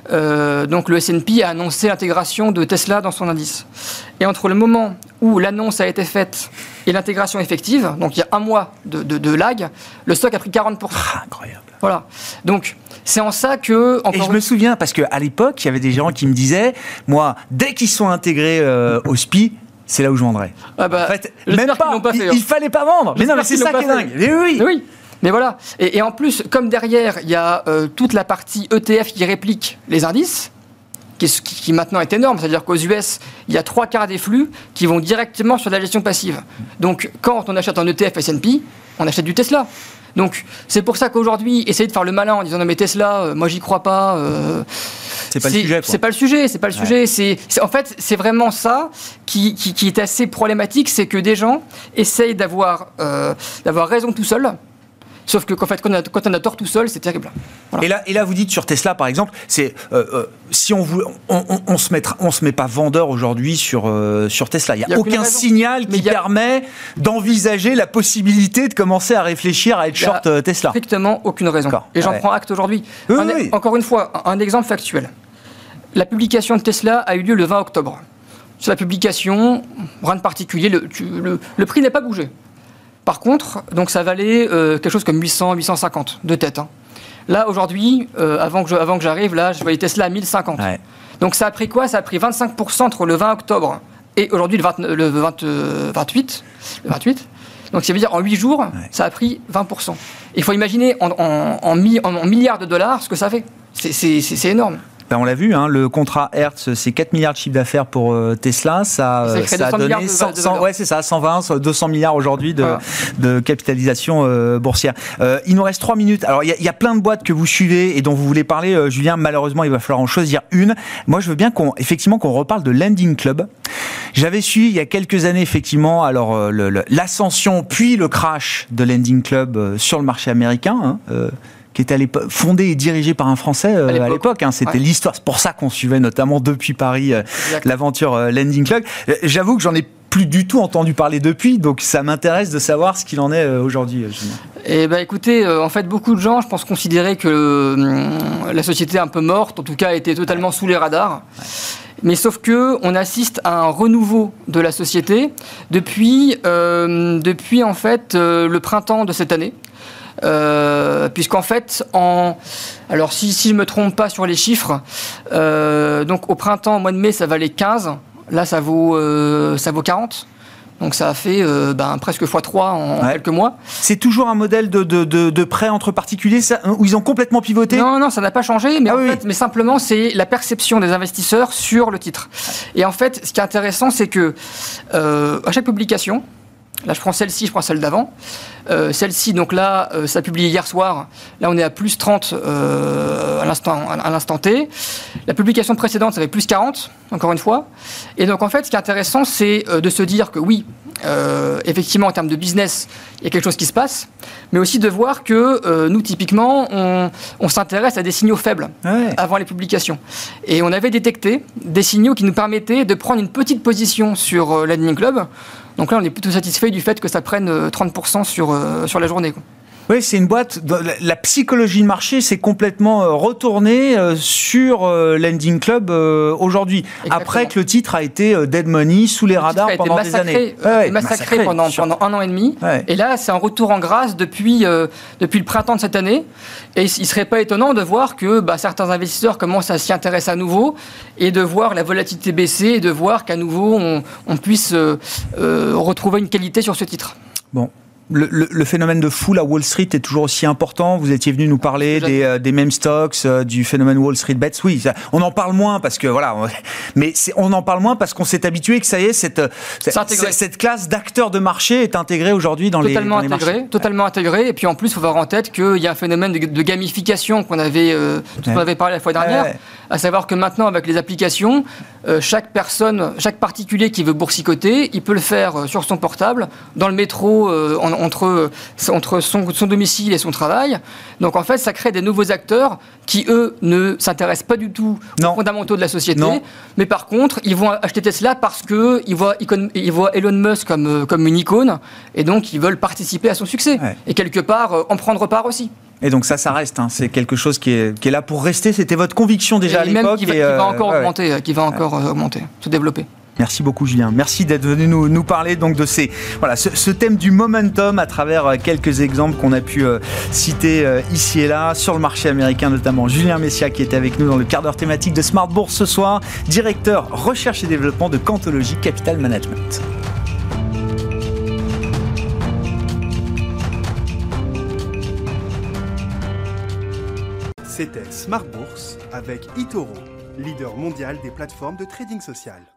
Euh, donc le S and P a annoncé l'intégration de Tesla dans son indice. Et entre le moment où l'annonce a été faite et l'intégration effective, donc il y a un mois de, de, de lag, le stock a pris quarante pour cent. Ah, incroyable. Voilà. Donc c'est en ça que... Et je me souviens, parce qu'à l'époque, il y avait des gens qui me disaient, moi, dès qu'ils sont intégrés euh, au S P I, c'est là où je vendrais. Ah bah, en fait, même pas, pas fait, il, il fallait pas vendre. Mais non, mais c'est ça qui est dingue. Mais oui. Mais oui. Mais voilà, et, et en plus, comme derrière, il y a euh, toute la partie E T F qui réplique les indices, qui, qui, qui maintenant est énorme, c'est-à-dire qu'aux U S, il y a trois quarts des flux qui vont directement sur la gestion passive. Donc, quand on achète un E T F S and P, on achète du Tesla. Donc, c'est pour ça qu'aujourd'hui, essayer de faire le malin en disant « non mais Tesla, euh, moi j'y crois pas euh, », c'est pas, c'est, le sujet, c'est pas le sujet, c'est pas le ouais. sujet. C'est, c'est, en fait, c'est vraiment ça qui, qui, qui est assez problématique, c'est que des gens essayent d'avoir, euh, d'avoir raison tout seuls. Sauf que quand, fait, quand, on a, quand on a tort tout seul, c'est terrible. Voilà. Et, là, et là, vous dites sur Tesla, par exemple, c'est, euh, euh, si on ne on, on, on se, on se met pas vendeur aujourd'hui sur, euh, sur Tesla, il n'y a, a aucun signal qui a... permet d'envisager la possibilité de commencer à réfléchir à être short euh, Tesla. Strictement aucune raison. D'accord. Et j'en ouais. prends acte aujourd'hui. Oui, un, oui. Encore une fois, un exemple factuel. La publication de Tesla a eu lieu le vingt octobre. Sur la publication, rien de particulier, le, tu, le, le prix n'a pas bougé. Par contre, donc ça valait euh, quelque chose comme huit cents, huit cent cinquante de tête. Hein. Là, aujourd'hui, euh, avant, que je, avant que j'arrive, là, je voyais Tesla à mille cinquante. Ouais. Donc ça a pris quoi? Ça a pris vingt-cinq pour cent entre le vingt octobre et aujourd'hui le, vingt, le vingt, euh, vingt-huit. Le vingt-huit. Donc ça veut dire en huit jours, ouais. ça a pris vingt pour cent. Il faut imaginer en, en, en, mi, en, en milliards de dollars ce que ça fait. C'est, c'est, c'est, c'est énorme. Ben on l'a vu, hein, le contrat Hertz, c'est quatre milliards de chiffre d'affaires pour euh, Tesla. Ça, ça, ça a donné cent, cent, ouais, c'est ça, cent vingt, deux cents milliards aujourd'hui de, voilà. de capitalisation euh, boursière. Euh, il nous reste trois minutes. Alors, il y, y a plein de boîtes que vous suivez et dont vous voulez parler. Euh, Julien, malheureusement, il va falloir en choisir une. Moi, je veux bien qu'on, effectivement, qu'on reparle de Lending Club. J'avais suivi il y a quelques années, effectivement, alors euh, le, le, l'ascension puis le crash de Lending Club euh, sur le marché américain. Hein, euh, qui était à l'époque fondé et dirigé par un Français euh, à l'époque. À l'époque hein, c'était ouais. l'histoire. C'est pour ça qu'on suivait notamment depuis Paris euh, l'aventure euh, Lending Club. Euh, j'avoue que j'en ai plus du tout entendu parler depuis, donc ça m'intéresse de savoir ce qu'il en est euh, aujourd'hui. Euh, eh ben, écoutez, euh, en fait, beaucoup de gens, je pense, considéraient que euh, la société est un peu morte, en tout cas, était totalement ouais. sous les radars. Ouais. Mais sauf que on assiste à un renouveau de la société depuis, euh, depuis en fait, euh, le printemps de cette année. Euh, puisqu'en fait, en, alors si, si je ne me trompe pas sur les chiffres, euh, donc au printemps, au mois de mai, ça valait quinze, là ça vaut, euh, ça vaut quarante. Donc ça a fait euh, ben, presque fois trois en ouais. quelques mois. C'est toujours un modèle de, de, de, de prêt entre particuliers ça, où ils ont complètement pivoté? Non, non, ça n'a pas changé, mais, ah, en oui. fait, mais simplement c'est la perception des investisseurs sur le titre. Et en fait, ce qui est intéressant, c'est que euh, à chaque publication, là je prends celle-ci, je prends celle d'avant, euh, celle-ci, donc là, euh, ça a publié hier soir, là on est à plus trente euh, à, l'instant, à l'instant T. La publication précédente, ça avait plus quarante, encore une fois. Et donc en fait, ce qui est intéressant, c'est euh, de se dire que oui, euh, effectivement, en termes de business, il y a quelque chose qui se passe, mais aussi de voir que euh, nous, typiquement, on, on s'intéresse à des signaux faibles ouais. avant les publications. Et on avait détecté des signaux qui nous permettaient de prendre une petite position sur euh, Lending Club. Donc là, on est plutôt satisfait du fait que ça prenne euh, trente pour cent sur, euh, sur la journée, quoi. Oui, c'est une boîte. La psychologie de marché s'est complètement retournée sur Lending Club aujourd'hui. Exactement. Après que le titre a été dead money, sous les le radars pendant des années. Euh, ouais, massacré, massacré pendant, pendant un an et demi. Ouais. Et là, c'est un retour en grâce depuis, euh, depuis le printemps de cette année. Et il ne serait pas étonnant de voir que bah, certains investisseurs commencent à s'y intéresser à nouveau et de voir la volatilité baisser et de voir qu'à nouveau, on, on puisse euh, euh, retrouver une qualité sur ce titre. Bon. Le, le, le phénomène de foule à Wall Street est toujours aussi important. Vous étiez venu nous parler des, euh, des meme stocks, euh, du phénomène Wall Street Bets. Oui, ça, on en parle moins parce que voilà, on, mais c'est, on en parle moins parce qu'on s'est habitué que ça y est, cette, cette, cette classe d'acteurs de marché est intégrée aujourd'hui dans, totalement les, dans intégré, les marchés. Totalement ouais. intégrée. Et puis en plus, il faut avoir en tête qu'il y a un phénomène de, de gamification qu'on avait, euh, dont ouais. on avait parlé la fois dernière. Ouais, ouais. À savoir que maintenant, avec les applications, euh, chaque personne, chaque particulier qui veut boursicoter, il peut le faire euh, sur son portable, dans le métro, euh, en, entre, entre son, son domicile et son travail. Donc en fait, ça crée des nouveaux acteurs qui, eux, ne s'intéressent pas du tout non. aux fondamentaux de la société. Non. Mais par contre, ils vont acheter Tesla parce qu'ils voient, ils voient Elon Musk comme, comme une icône, et donc ils veulent participer à son succès. Ouais. Et quelque part, euh, en prendre part aussi. Et donc ça, ça reste. Hein. C'est quelque chose qui est, qui est là pour rester. C'était votre conviction déjà et à l'époque. Qui va, et qui euh, va encore ouais, augmenter, ouais. qui va encore ouais. augmenter, se développer. Merci beaucoup Julien. Merci d'être venu nous, nous parler donc de ces, voilà, ce, ce thème du momentum à travers quelques exemples qu'on a pu euh, citer euh, ici et là sur le marché américain, notamment Julien Messia qui était avec nous dans le quart d'heure thématique de Smart Bourse ce soir, directeur recherche et développement de Cantology Capital Management. C'était Smart Bourse avec eToro, leader mondial des plateformes de trading social.